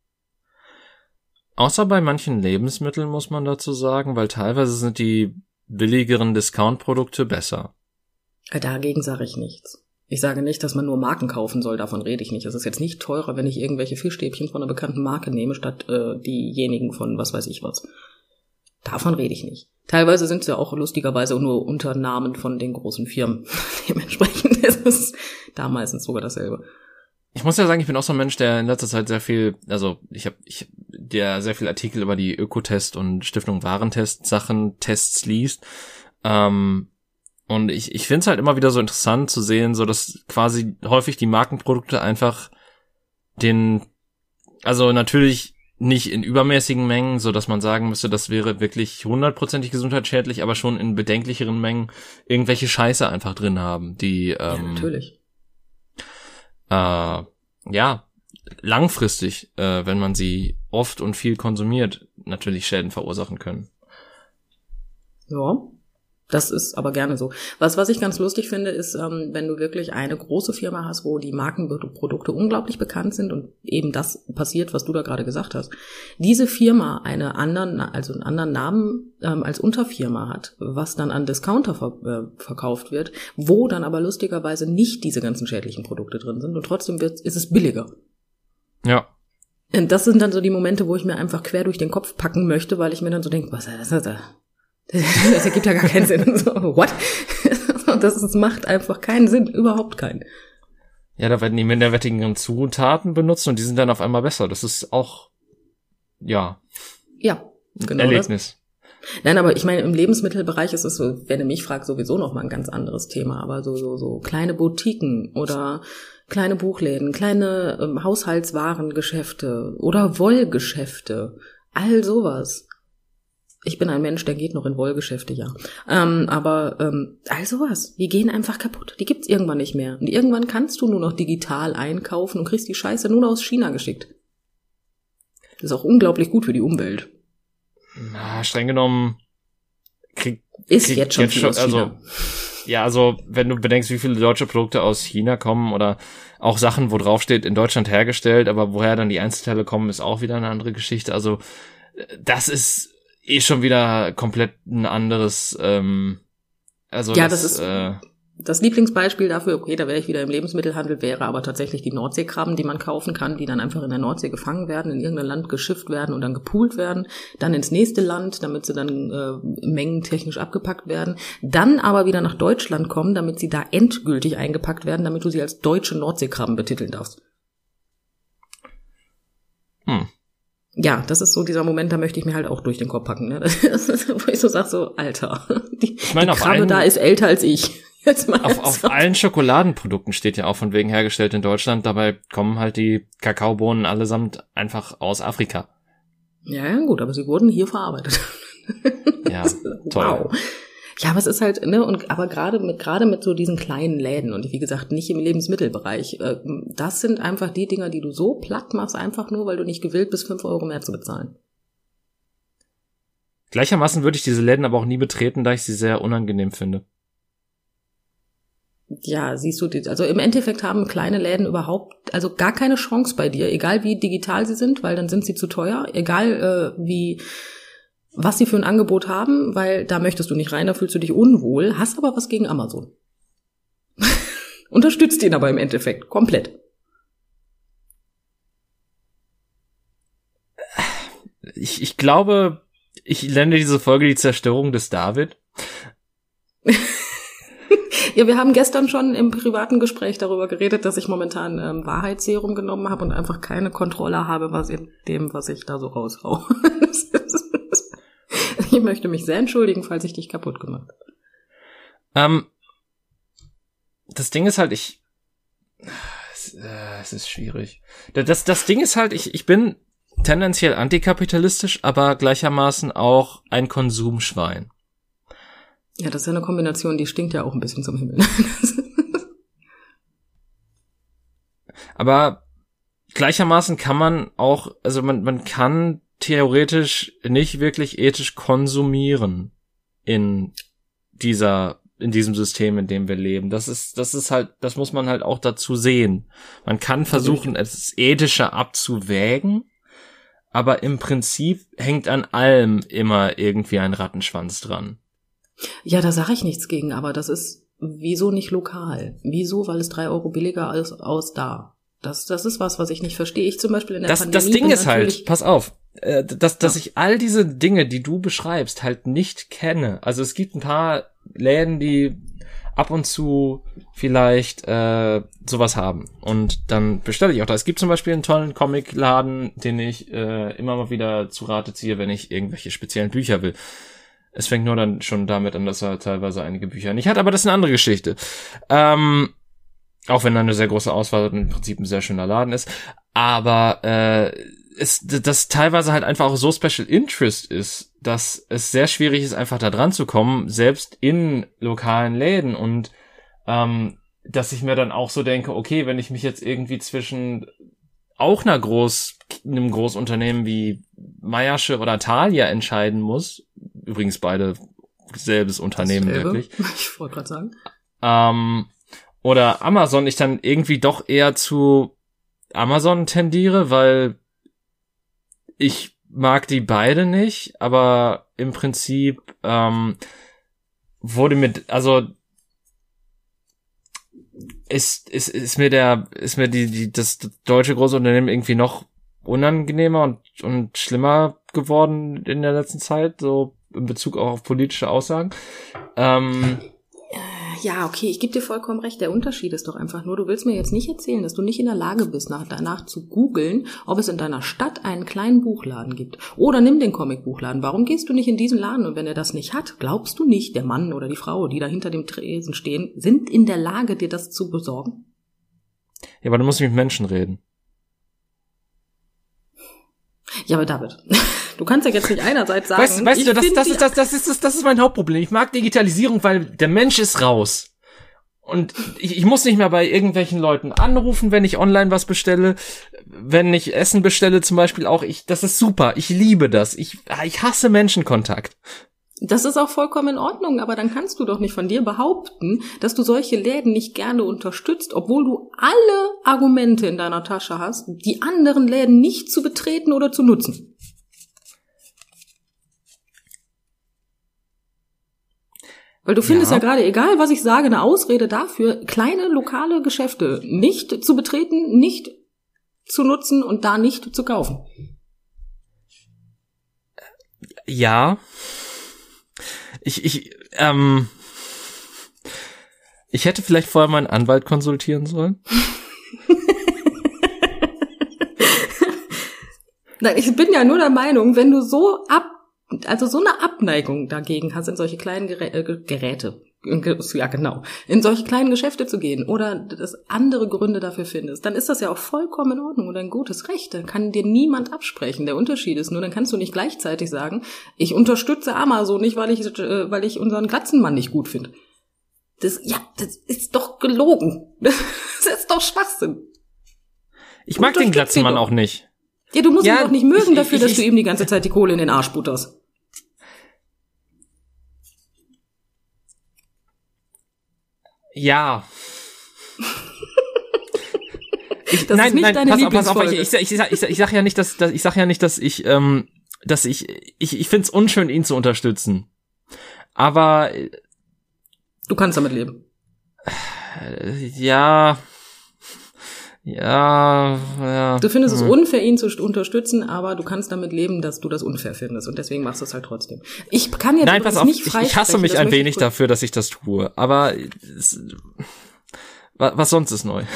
Außer bei manchen Lebensmitteln muss man dazu sagen, weil teilweise sind die billigeren Discount-Produkte besser. Dagegen sage ich nichts. Ich sage nicht, dass man nur Marken kaufen soll, davon rede ich nicht. Es ist jetzt nicht teurer, wenn ich irgendwelche Fischstäbchen von einer bekannten Marke nehme, statt äh, diejenigen von was weiß ich was. Davon rede ich nicht. Teilweise sind sie ja auch lustigerweise nur unter Namen von den großen Firmen. Dementsprechend ist es da meistens sogar dasselbe. Ich muss ja sagen, ich bin auch so ein Mensch, der in letzter Zeit sehr viel, also ich habe ich, der sehr viel Artikel über die Ökotest und Stiftung Warentest Sachen, Tests liest. Ähm, und ich ich finde es halt immer wieder so interessant zu sehen, so dass quasi häufig die Markenprodukte einfach den, also natürlich nicht in übermäßigen Mengen, so dass man sagen müsste, das wäre wirklich hundertprozentig gesundheitsschädlich, aber schon in bedenklicheren Mengen irgendwelche Scheiße einfach drin haben, die ähm, ja, natürlich. Äh, ja, langfristig, äh, wenn man sie oft und viel konsumiert, natürlich Schäden verursachen können. Ja, das ist aber gerne so. Was was ich ganz lustig finde, ist, ähm, wenn du wirklich eine große Firma hast, wo die Markenprodukte unglaublich bekannt sind und eben das passiert, was du da gerade gesagt hast. Diese Firma eine anderen, also einen anderen Namen ähm, als Unterfirma hat, was dann an Discounter ver- äh, verkauft wird, wo dann aber lustigerweise nicht diese ganzen schädlichen Produkte drin sind und trotzdem wird, ist es billiger. Ja. Und das sind dann so die Momente, wo ich mir einfach quer durch den Kopf packen möchte, weil ich mir dann so denke, was ist das da? Das ergibt ja gar keinen Sinn. So, what? Das, das macht einfach keinen Sinn, überhaupt keinen. Ja, da werden die minderwertigeren Zutaten benutzt und die sind dann auf einmal besser. Das ist auch, ja. Ja, genau. Erlebnis. Das. Nein, aber ich meine, im Lebensmittelbereich ist es so, wenn du mich fragst, sowieso noch mal ein ganz anderes Thema. Aber so, so, so kleine Boutiquen oder kleine Buchläden, kleine ähm, Haushaltswarengeschäfte oder Wollgeschäfte, all sowas. Ich bin ein Mensch, der geht noch in Wollgeschäfte, ja. Ähm, aber ähm, all sowas, die gehen einfach kaputt. Die gibt's irgendwann nicht mehr. Und irgendwann kannst du nur noch digital einkaufen und kriegst die Scheiße nur noch aus China geschickt. Das ist auch unglaublich gut für die Umwelt. Na, streng genommen krieg, ist krieg jetzt schon viel aus China. Also, ja, also wenn du bedenkst, wie viele deutsche Produkte aus China kommen oder auch Sachen, wo drauf steht, in Deutschland hergestellt, aber woher dann die Einzelteile kommen, ist auch wieder eine andere Geschichte. Also das ist eh schon wieder komplett ein anderes, ähm, also ja, das, das ist äh, das Lieblingsbeispiel dafür, okay, da wäre ich wieder im Lebensmittelhandel, wäre aber tatsächlich die Nordseekrabben, die man kaufen kann, die dann einfach in der Nordsee gefangen werden, in irgendein Land geschifft werden und dann gepoolt werden, dann ins nächste Land, damit sie dann äh, mengentechnisch abgepackt werden, dann aber wieder nach Deutschland kommen, damit sie da endgültig eingepackt werden, damit du sie als deutsche Nordseekrabben betiteln darfst. Hm. Ja, das ist so dieser Moment, da möchte ich mir halt auch durch den Kopf packen, ne? Das ist, wo ich so sag, so, Alter, die, ich meine, die Krabbe allen, da ist älter als ich. Jetzt mal auf, auf allen Schokoladenprodukten steht ja auch von wegen hergestellt in Deutschland, dabei kommen halt die Kakaobohnen allesamt einfach aus Afrika. Ja, ja, gut, aber sie wurden hier verarbeitet. Ja, toll. Wow. Ja, aber es ist halt, ne, und aber gerade mit gerade mit so diesen kleinen Läden und wie gesagt, nicht im Lebensmittelbereich, äh, das sind einfach die Dinger, die du so platt machst, einfach nur, weil du nicht gewillt bist, fünf Euro mehr zu bezahlen. Gleichermaßen würde ich diese Läden aber auch nie betreten, da ich sie sehr unangenehm finde. Ja, siehst du, also im Endeffekt haben kleine Läden überhaupt, also gar keine Chance bei dir, egal wie digital sie sind, weil dann sind sie zu teuer, egal äh, wie, was sie für ein Angebot haben, weil da möchtest du nicht rein, da fühlst du dich unwohl, hast aber was gegen Amazon. Unterstützt ihn aber im Endeffekt, komplett. Ich, ich glaube, ich nenne diese Folge die Zerstörung des David. Ja, wir haben gestern schon im privaten Gespräch darüber geredet, dass ich momentan ähm, Wahrheitsserum genommen habe und einfach keine Kontrolle habe, was in dem, was ich da so raushau. Ich möchte mich sehr entschuldigen, falls ich dich kaputt gemacht habe. Ähm, das Ding ist halt, ich, es, äh, es ist schwierig. Das, das Ding ist halt, ich, ich bin tendenziell antikapitalistisch, aber gleichermaßen auch ein Konsumschwein. Ja, das ist ja eine Kombination, die stinkt ja auch ein bisschen zum Himmel. Aber gleichermaßen kann man auch, also man, man kann theoretisch nicht wirklich ethisch konsumieren in dieser, in diesem System, in dem wir leben. Das ist, das ist halt, das muss man halt auch dazu sehen. Man kann versuchen, es ethischer abzuwägen, aber im Prinzip hängt an allem immer irgendwie ein Rattenschwanz dran. Ja, da sage ich nichts gegen, aber das ist, wieso nicht lokal? Wieso? Weil es drei Euro billiger als aus da. Das, das ist was, was ich nicht verstehe. Ich zum Beispiel in der das, Pandemie. Das Ding ist halt, pass auf, äh, dass, dass ja. ich all diese Dinge, die du beschreibst, halt nicht kenne. Also es gibt ein paar Läden, die ab und zu vielleicht äh, sowas haben. Und dann bestelle ich auch da. Es gibt zum Beispiel einen tollen Comicladen, den ich äh, immer mal wieder zu Rate ziehe, wenn ich irgendwelche speziellen Bücher will. Es fängt nur dann schon damit an, dass er teilweise einige Bücher nicht hat, aber das ist eine andere Geschichte. Ähm, auch wenn da eine sehr große Auswahl und im Prinzip ein sehr schöner Laden ist. Aber äh, es, das teilweise halt einfach auch so Special Interest ist, dass es sehr schwierig ist, einfach da dran zu kommen, selbst in lokalen Läden. Und ähm, dass ich mir dann auch so denke, okay, wenn ich mich jetzt irgendwie zwischen auch einer Groß, einem Großunternehmen wie Meiersche oder Thalia entscheiden muss, übrigens beide selbes Unternehmen Dasselbe. Wirklich. Ich wollte gerade sagen. Ähm, oder Amazon, ich dann irgendwie doch eher zu Amazon tendiere, weil ich mag die beide nicht, aber im Prinzip ähm, wurde mir, also ist ist ist mir der ist mir die die das deutsche große Unternehmen irgendwie noch unangenehmer und und schlimmer geworden in der letzten Zeit, so in Bezug auch auf politische Aussagen. Ähm, ja, okay, ich gebe dir vollkommen recht. Der Unterschied ist doch einfach nur, du willst mir jetzt nicht erzählen, dass du nicht in der Lage bist, nach, danach zu googeln, ob es in deiner Stadt einen kleinen Buchladen gibt. Oder nimm den Comicbuchladen. Warum gehst du nicht in diesen Laden? Und wenn er das nicht hat, glaubst du nicht, der Mann oder die Frau, die da hinter dem Tresen stehen, sind in der Lage, dir das zu besorgen? Ja, aber du musst mit Menschen reden. Ja, aber David, du kannst ja jetzt nicht einerseits sagen... Weißt, weißt du, das, das, ist, das, das, ist, das, das ist mein Hauptproblem. Ich mag Digitalisierung, weil der Mensch ist raus. Und ich, ich muss nicht mehr bei irgendwelchen Leuten anrufen, wenn ich online was bestelle. Wenn ich Essen bestelle zum Beispiel auch. Ich, das ist super. Ich liebe das. Ich, ich hasse Menschenkontakt. Das ist auch vollkommen in Ordnung, aber dann kannst du doch nicht von dir behaupten, dass du solche Läden nicht gerne unterstützt, obwohl du alle Argumente in deiner Tasche hast, die anderen Läden nicht zu betreten oder zu nutzen. Weil du findest ja, ja gerade, egal was ich sage, eine Ausrede dafür, kleine lokale Geschäfte nicht zu betreten, nicht zu nutzen und da nicht zu kaufen. Ja. Ich, ich, ähm, ich hätte vielleicht vorher meinen Anwalt konsultieren sollen. Nein, ich bin ja nur der Meinung, wenn du so ab, also so eine Abneigung dagegen hast, in solche kleinen Gerä- äh, Geräte, ja genau, in solche kleinen Geschäfte zu gehen oder dass andere Gründe dafür findest, dann ist das ja auch vollkommen in Ordnung und ein gutes Recht. Dann kann dir niemand absprechen. Der Unterschied ist nur, dann kannst du nicht gleichzeitig sagen, ich unterstütze Amazon nicht, weil ich, äh, weil ich unseren Katzenmann nicht gut finde. Das, ja, das ist doch gelogen. Das ist doch Schwachsinn. Ich mag den Katzenmann auch nicht. Ja, du musst ja, ihn doch nicht mögen ich, dafür, ich, dass ich, du ihm die ganze Zeit die Kohle in den Arsch butterst. Ja. Ich, das nein, ist nicht nein, deine pass auf, pass auf, Lieblingsfolge. ich, ich, ich, ich, ich sag ja nicht, dass, dass ich sag ja nicht, dass ich, ähm, dass ich, ich, ich find's unschön, ihn zu unterstützen. Aber du kannst damit leben. Äh, ja, ja, ja. Du findest hm. es unfair, ihn zu unterstützen, aber du kannst damit leben, dass du das unfair findest und deswegen machst du es halt trotzdem. Ich kann jetzt Nein, pass auf, nicht ich, ich hasse mich ein wenig dafür, dass ich das tue, aber es, was sonst ist neu?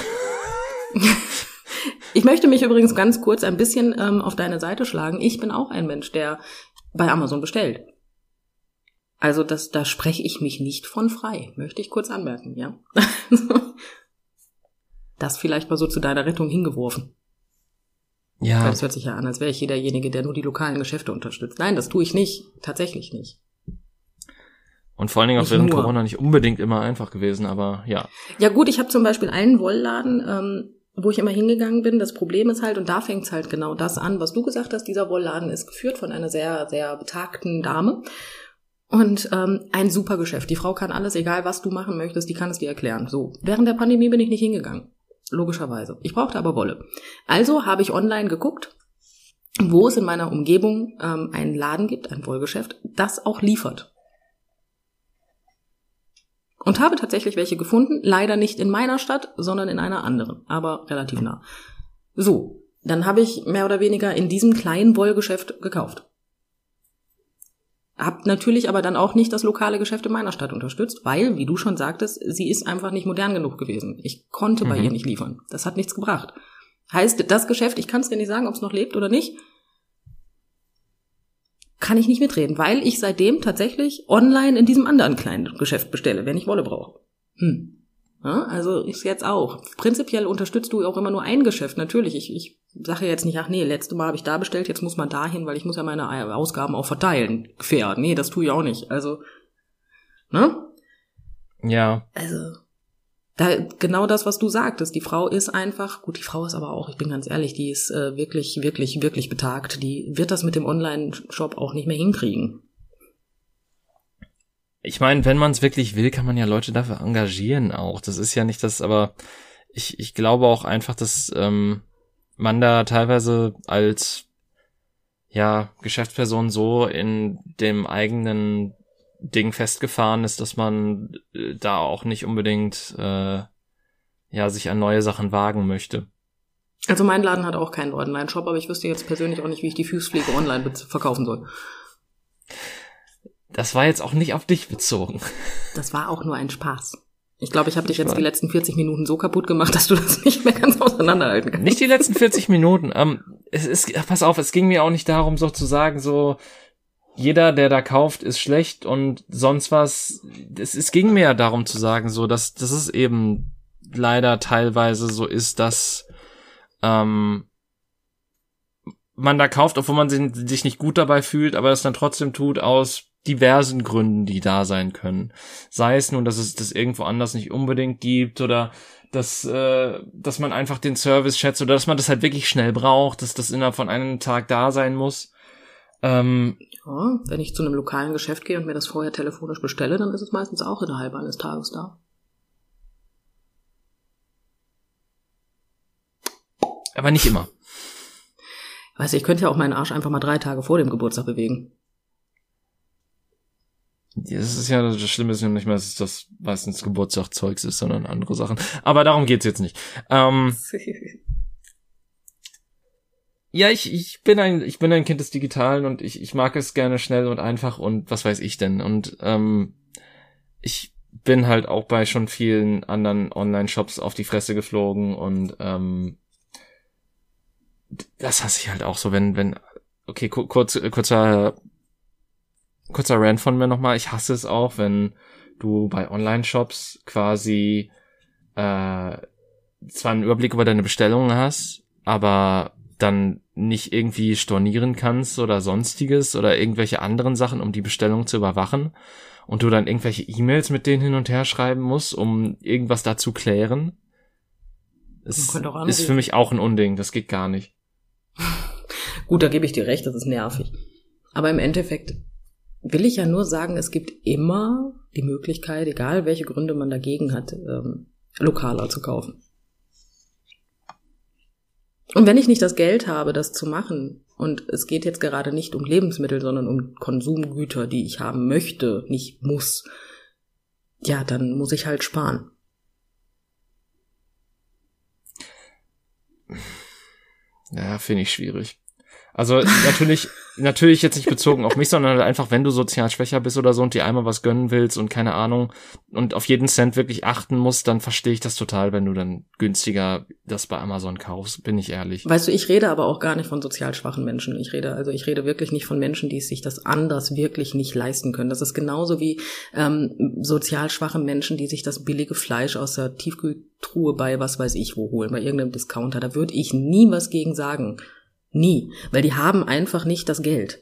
Ich möchte mich übrigens ganz kurz ein bisschen ähm, auf deine Seite schlagen. Ich bin auch ein Mensch, der bei Amazon bestellt. Also das, da spreche ich mich nicht von frei, möchte ich kurz anmerken, ja. Das vielleicht mal so zu deiner Rettung hingeworfen. Ja. Weil das hört sich ja an, als wäre ich hier derjenige, der nur die lokalen Geschäfte unterstützt. Nein, das tue ich nicht. Tatsächlich nicht. Und vor allen Dingen auch nicht während nur. Corona nicht unbedingt immer einfach gewesen, aber ja. Ja gut, ich habe zum Beispiel einen Wollladen, ähm, wo ich immer hingegangen bin. Das Problem ist halt, und da fängt es halt genau das an, was du gesagt hast, dieser Wollladen ist geführt von einer sehr, sehr betagten Dame. Und ähm, ein super Geschäft. Die Frau kann alles, egal was du machen möchtest, die kann es dir erklären. So, während der Pandemie bin ich nicht hingegangen. Logischerweise. Ich brauchte aber Wolle. Also habe ich online geguckt, wo es in meiner Umgebung ähm, einen Laden gibt, ein Wollgeschäft, das auch liefert. Und habe tatsächlich welche gefunden, leider nicht in meiner Stadt, sondern in einer anderen, aber relativ nah. So, dann habe ich mehr oder weniger in diesem kleinen Wollgeschäft gekauft. Hab natürlich aber dann auch nicht das lokale Geschäft in meiner Stadt unterstützt, weil, wie du schon sagtest, sie ist einfach nicht modern genug gewesen. Ich konnte bei mhm. ihr nicht liefern. Das hat nichts gebracht. Heißt, das Geschäft, ich kann es dir nicht sagen, ob es noch lebt oder nicht, kann ich nicht mitreden, weil ich seitdem tatsächlich online in diesem anderen kleinen Geschäft bestelle, wenn ich Wolle brauche. Hm. Ja, also ist jetzt auch. Prinzipiell unterstützt du auch immer nur ein Geschäft. Natürlich, ich, ich sage jetzt nicht, ach nee, letztes Mal habe ich da bestellt, jetzt muss man dahin, weil ich muss ja meine Ausgaben auch verteilen. Fair. Nee, das tue ich auch nicht. Also, ne? Ja. Also, da genau das, was du sagtest. Die Frau ist einfach, gut, die Frau ist aber auch, ich bin ganz ehrlich, die ist äh, wirklich, wirklich, wirklich betagt. Die wird das mit dem Online-Shop auch nicht mehr hinkriegen. Ich meine, wenn man es wirklich will, kann man ja Leute dafür engagieren auch. Das ist ja nicht das, aber ich, ich glaube auch einfach, dass ähm, man da teilweise als ja Geschäftsperson so in dem eigenen Ding festgefahren ist, dass man äh, da auch nicht unbedingt äh, ja sich an neue Sachen wagen möchte. Also mein Laden hat auch keinen Online-Shop, aber ich wüsste jetzt persönlich auch nicht, wie ich die Fußpflege online verkaufen soll. Das war jetzt auch nicht auf dich bezogen. Das war auch nur ein Spaß. Ich glaube, ich habe dich jetzt die letzten vierzig Minuten so kaputt gemacht, dass du das nicht mehr ganz auseinanderhalten kannst. Nicht die letzten vierzig Minuten. Ähm, es ist, pass auf, es ging mir auch nicht darum, so zu sagen, so jeder, der da kauft, ist schlecht und sonst was. Es, es ging mir ja darum zu sagen, so dass, dass es eben leider teilweise so ist, dass ähm, man da kauft, obwohl man sich nicht gut dabei fühlt, aber das dann trotzdem tut aus diversen Gründen, die da sein können. Sei es nun, dass es das irgendwo anders nicht unbedingt gibt oder dass äh, dass man einfach den Service schätzt oder dass man das halt wirklich schnell braucht, dass das innerhalb von einem Tag da sein muss. Ähm, ja, wenn ich zu einem lokalen Geschäft gehe und mir das vorher telefonisch bestelle, dann ist es meistens auch innerhalb eines Tages da. Aber nicht immer. Weißt du, ich könnte ja auch meinen Arsch einfach mal drei Tage vor dem Geburtstag bewegen. Das ist ja, das Schlimme ist ja nicht mehr, dass das meistens Geburtstagszeugs ist, sondern andere Sachen. Aber darum geht's jetzt nicht. Ähm, ja, ich, ich bin ein, ich bin ein Kind des Digitalen und ich, ich mag es gerne schnell und einfach und was weiß ich denn. Und ähm, ich bin halt auch bei schon vielen anderen Online-Shops auf die Fresse geflogen und ähm, das hasse ich halt auch so, wenn, wenn, okay, kurz, kurzer Kurzer Rant von mir nochmal. Ich hasse es auch, wenn du bei Online-Shops quasi äh, zwar einen Überblick über deine Bestellungen hast, aber dann nicht irgendwie stornieren kannst oder sonstiges oder irgendwelche anderen Sachen, um die Bestellung zu überwachen und du dann irgendwelche E-Mails mit denen hin und her schreiben musst, um irgendwas da zu klären. Es ist für mich auch ein Unding. Das geht gar nicht. Gut, da gebe ich dir recht, das ist nervig. Aber im Endeffekt will ich ja nur sagen, es gibt immer die Möglichkeit, egal welche Gründe man dagegen hat, ähm, lokaler zu kaufen. Und wenn ich nicht das Geld habe, das zu machen, und es geht jetzt gerade nicht um Lebensmittel, sondern um Konsumgüter, die ich haben möchte, nicht muss, ja, dann muss ich halt sparen. Ja, finde ich schwierig. Also natürlich, natürlich jetzt nicht bezogen auf mich, sondern einfach, wenn du sozial schwächer bist oder so und dir einmal was gönnen willst und keine Ahnung und auf jeden Cent wirklich achten musst, dann verstehe ich das total, wenn du dann günstiger das bei Amazon kaufst, bin ich ehrlich. Weißt du, ich rede aber auch gar nicht von sozial schwachen Menschen. Ich rede, also ich rede wirklich nicht von Menschen, die sich das anders wirklich nicht leisten können. Das ist genauso wie ähm, sozial schwache Menschen, die sich das billige Fleisch aus der Tiefkühltruhe bei was weiß ich wo holen, bei irgendeinem Discounter. Da würde ich nie was gegen sagen. Nie, weil die haben einfach nicht das Geld.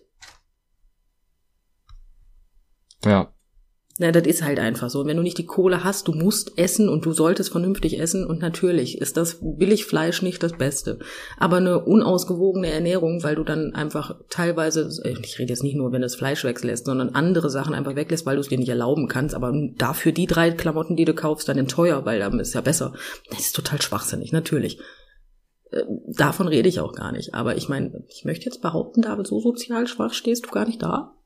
Ja. Na, das ist halt einfach so. Und wenn du nicht die Kohle hast, du musst essen und du solltest vernünftig essen und natürlich ist das Billigfleisch nicht das Beste. Aber eine unausgewogene Ernährung, weil du dann einfach teilweise, ich rede jetzt nicht nur, wenn du das Fleisch weglässt, sondern andere Sachen einfach weglässt, weil du es dir nicht erlauben kannst, aber dafür die drei Klamotten, die du kaufst, dann in teuer, weil dann ist ja besser. Das ist total schwachsinnig, natürlich. Davon rede ich auch gar nicht. Aber ich meine, ich möchte jetzt behaupten, David, so sozial schwach stehst du gar nicht da.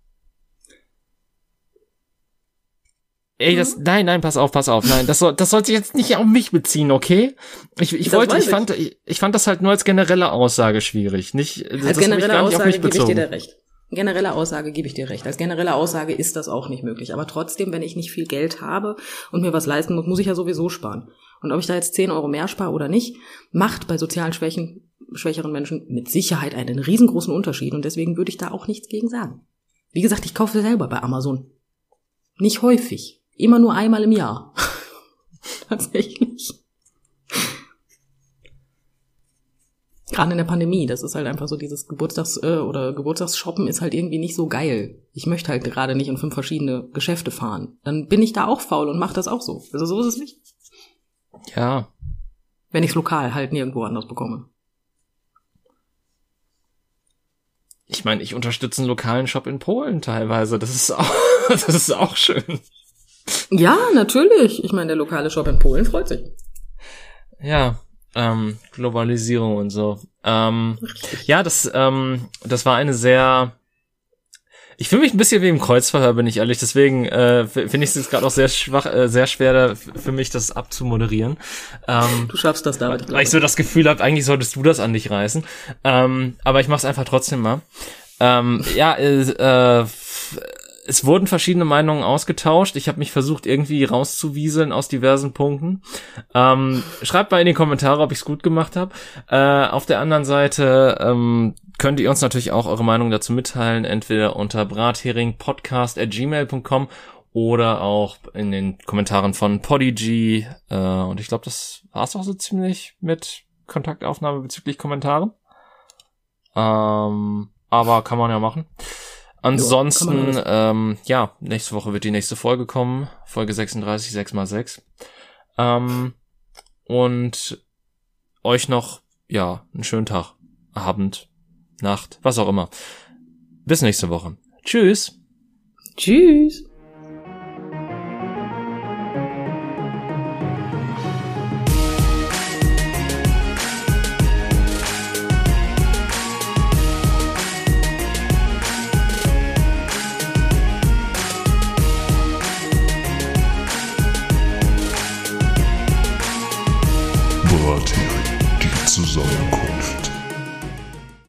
Ey, das, nein, nein, pass auf, pass auf, nein, das soll, das soll sich jetzt nicht auf mich beziehen, okay? Ich, ich wollte, ich fand, ich, ich fand das halt nur als generelle Aussage schwierig, nicht, als generelle Aussage gebe ich dir da recht. Generelle Aussage gebe ich dir recht. Als generelle Aussage ist das auch nicht möglich. Aber trotzdem, wenn ich nicht viel Geld habe und mir was leisten muss, muss ich ja sowieso sparen. Und ob ich da jetzt zehn Euro mehr spare oder nicht, macht bei sozialen Schwächen, schwächeren Menschen mit Sicherheit einen riesengroßen Unterschied. Und deswegen würde ich da auch nichts gegen sagen. Wie gesagt, ich kaufe selber bei Amazon. Nicht häufig. Immer nur einmal im Jahr. Tatsächlich. Gerade in der Pandemie, das ist halt einfach so, dieses Geburtstags- äh, oder Geburtstagsshoppen ist halt irgendwie nicht so geil. Ich möchte halt gerade nicht in fünf verschiedene Geschäfte fahren. Dann bin ich da auch faul und mache das auch so. Also so ist es nicht. Ja. Wenn ich es lokal halt nirgendwo anders bekomme. Ich meine, ich unterstütze einen lokalen Shop in Polen teilweise. Das ist auch, das ist auch schön. Ja, natürlich. Ich meine, der lokale Shop in Polen freut sich. Ja. Ähm, Globalisierung und so. Ähm, ja, das, ähm, das war eine sehr, ich fühle mich ein bisschen wie im Kreuzverhör, bin ich ehrlich, deswegen äh, finde ich es jetzt gerade auch sehr schwach, äh, sehr schwer da, für mich, das abzumoderieren. Ähm, du schaffst das, David. Weil, weil ich so das Gefühl habe, eigentlich solltest du das an dich reißen. Ähm, aber ich mach's einfach trotzdem mal. Ähm, ja, äh, äh, es wurden verschiedene Meinungen ausgetauscht. Ich habe mich versucht, irgendwie rauszuwieseln aus diversen Punkten. Ähm, schreibt mal in die Kommentare, ob ich es gut gemacht habe. Äh, auf der anderen Seite ähm, könnt ihr uns natürlich auch eure Meinung dazu mitteilen, entweder unter brathering-podcast at gmail punkt com oder auch in den Kommentaren von Podigy. Äh, und ich glaube, das war's auch so ziemlich mit Kontaktaufnahme bezüglich Kommentare. Ähm, aber kann man ja machen. Ansonsten, jo, ähm, ja, nächste Woche wird die nächste Folge kommen. Folge sechsunddreißig, sechs mal sechs. Ähm, und euch noch, ja, einen schönen Tag, Abend, Nacht, was auch immer. Bis nächste Woche. Tschüss. Tschüss.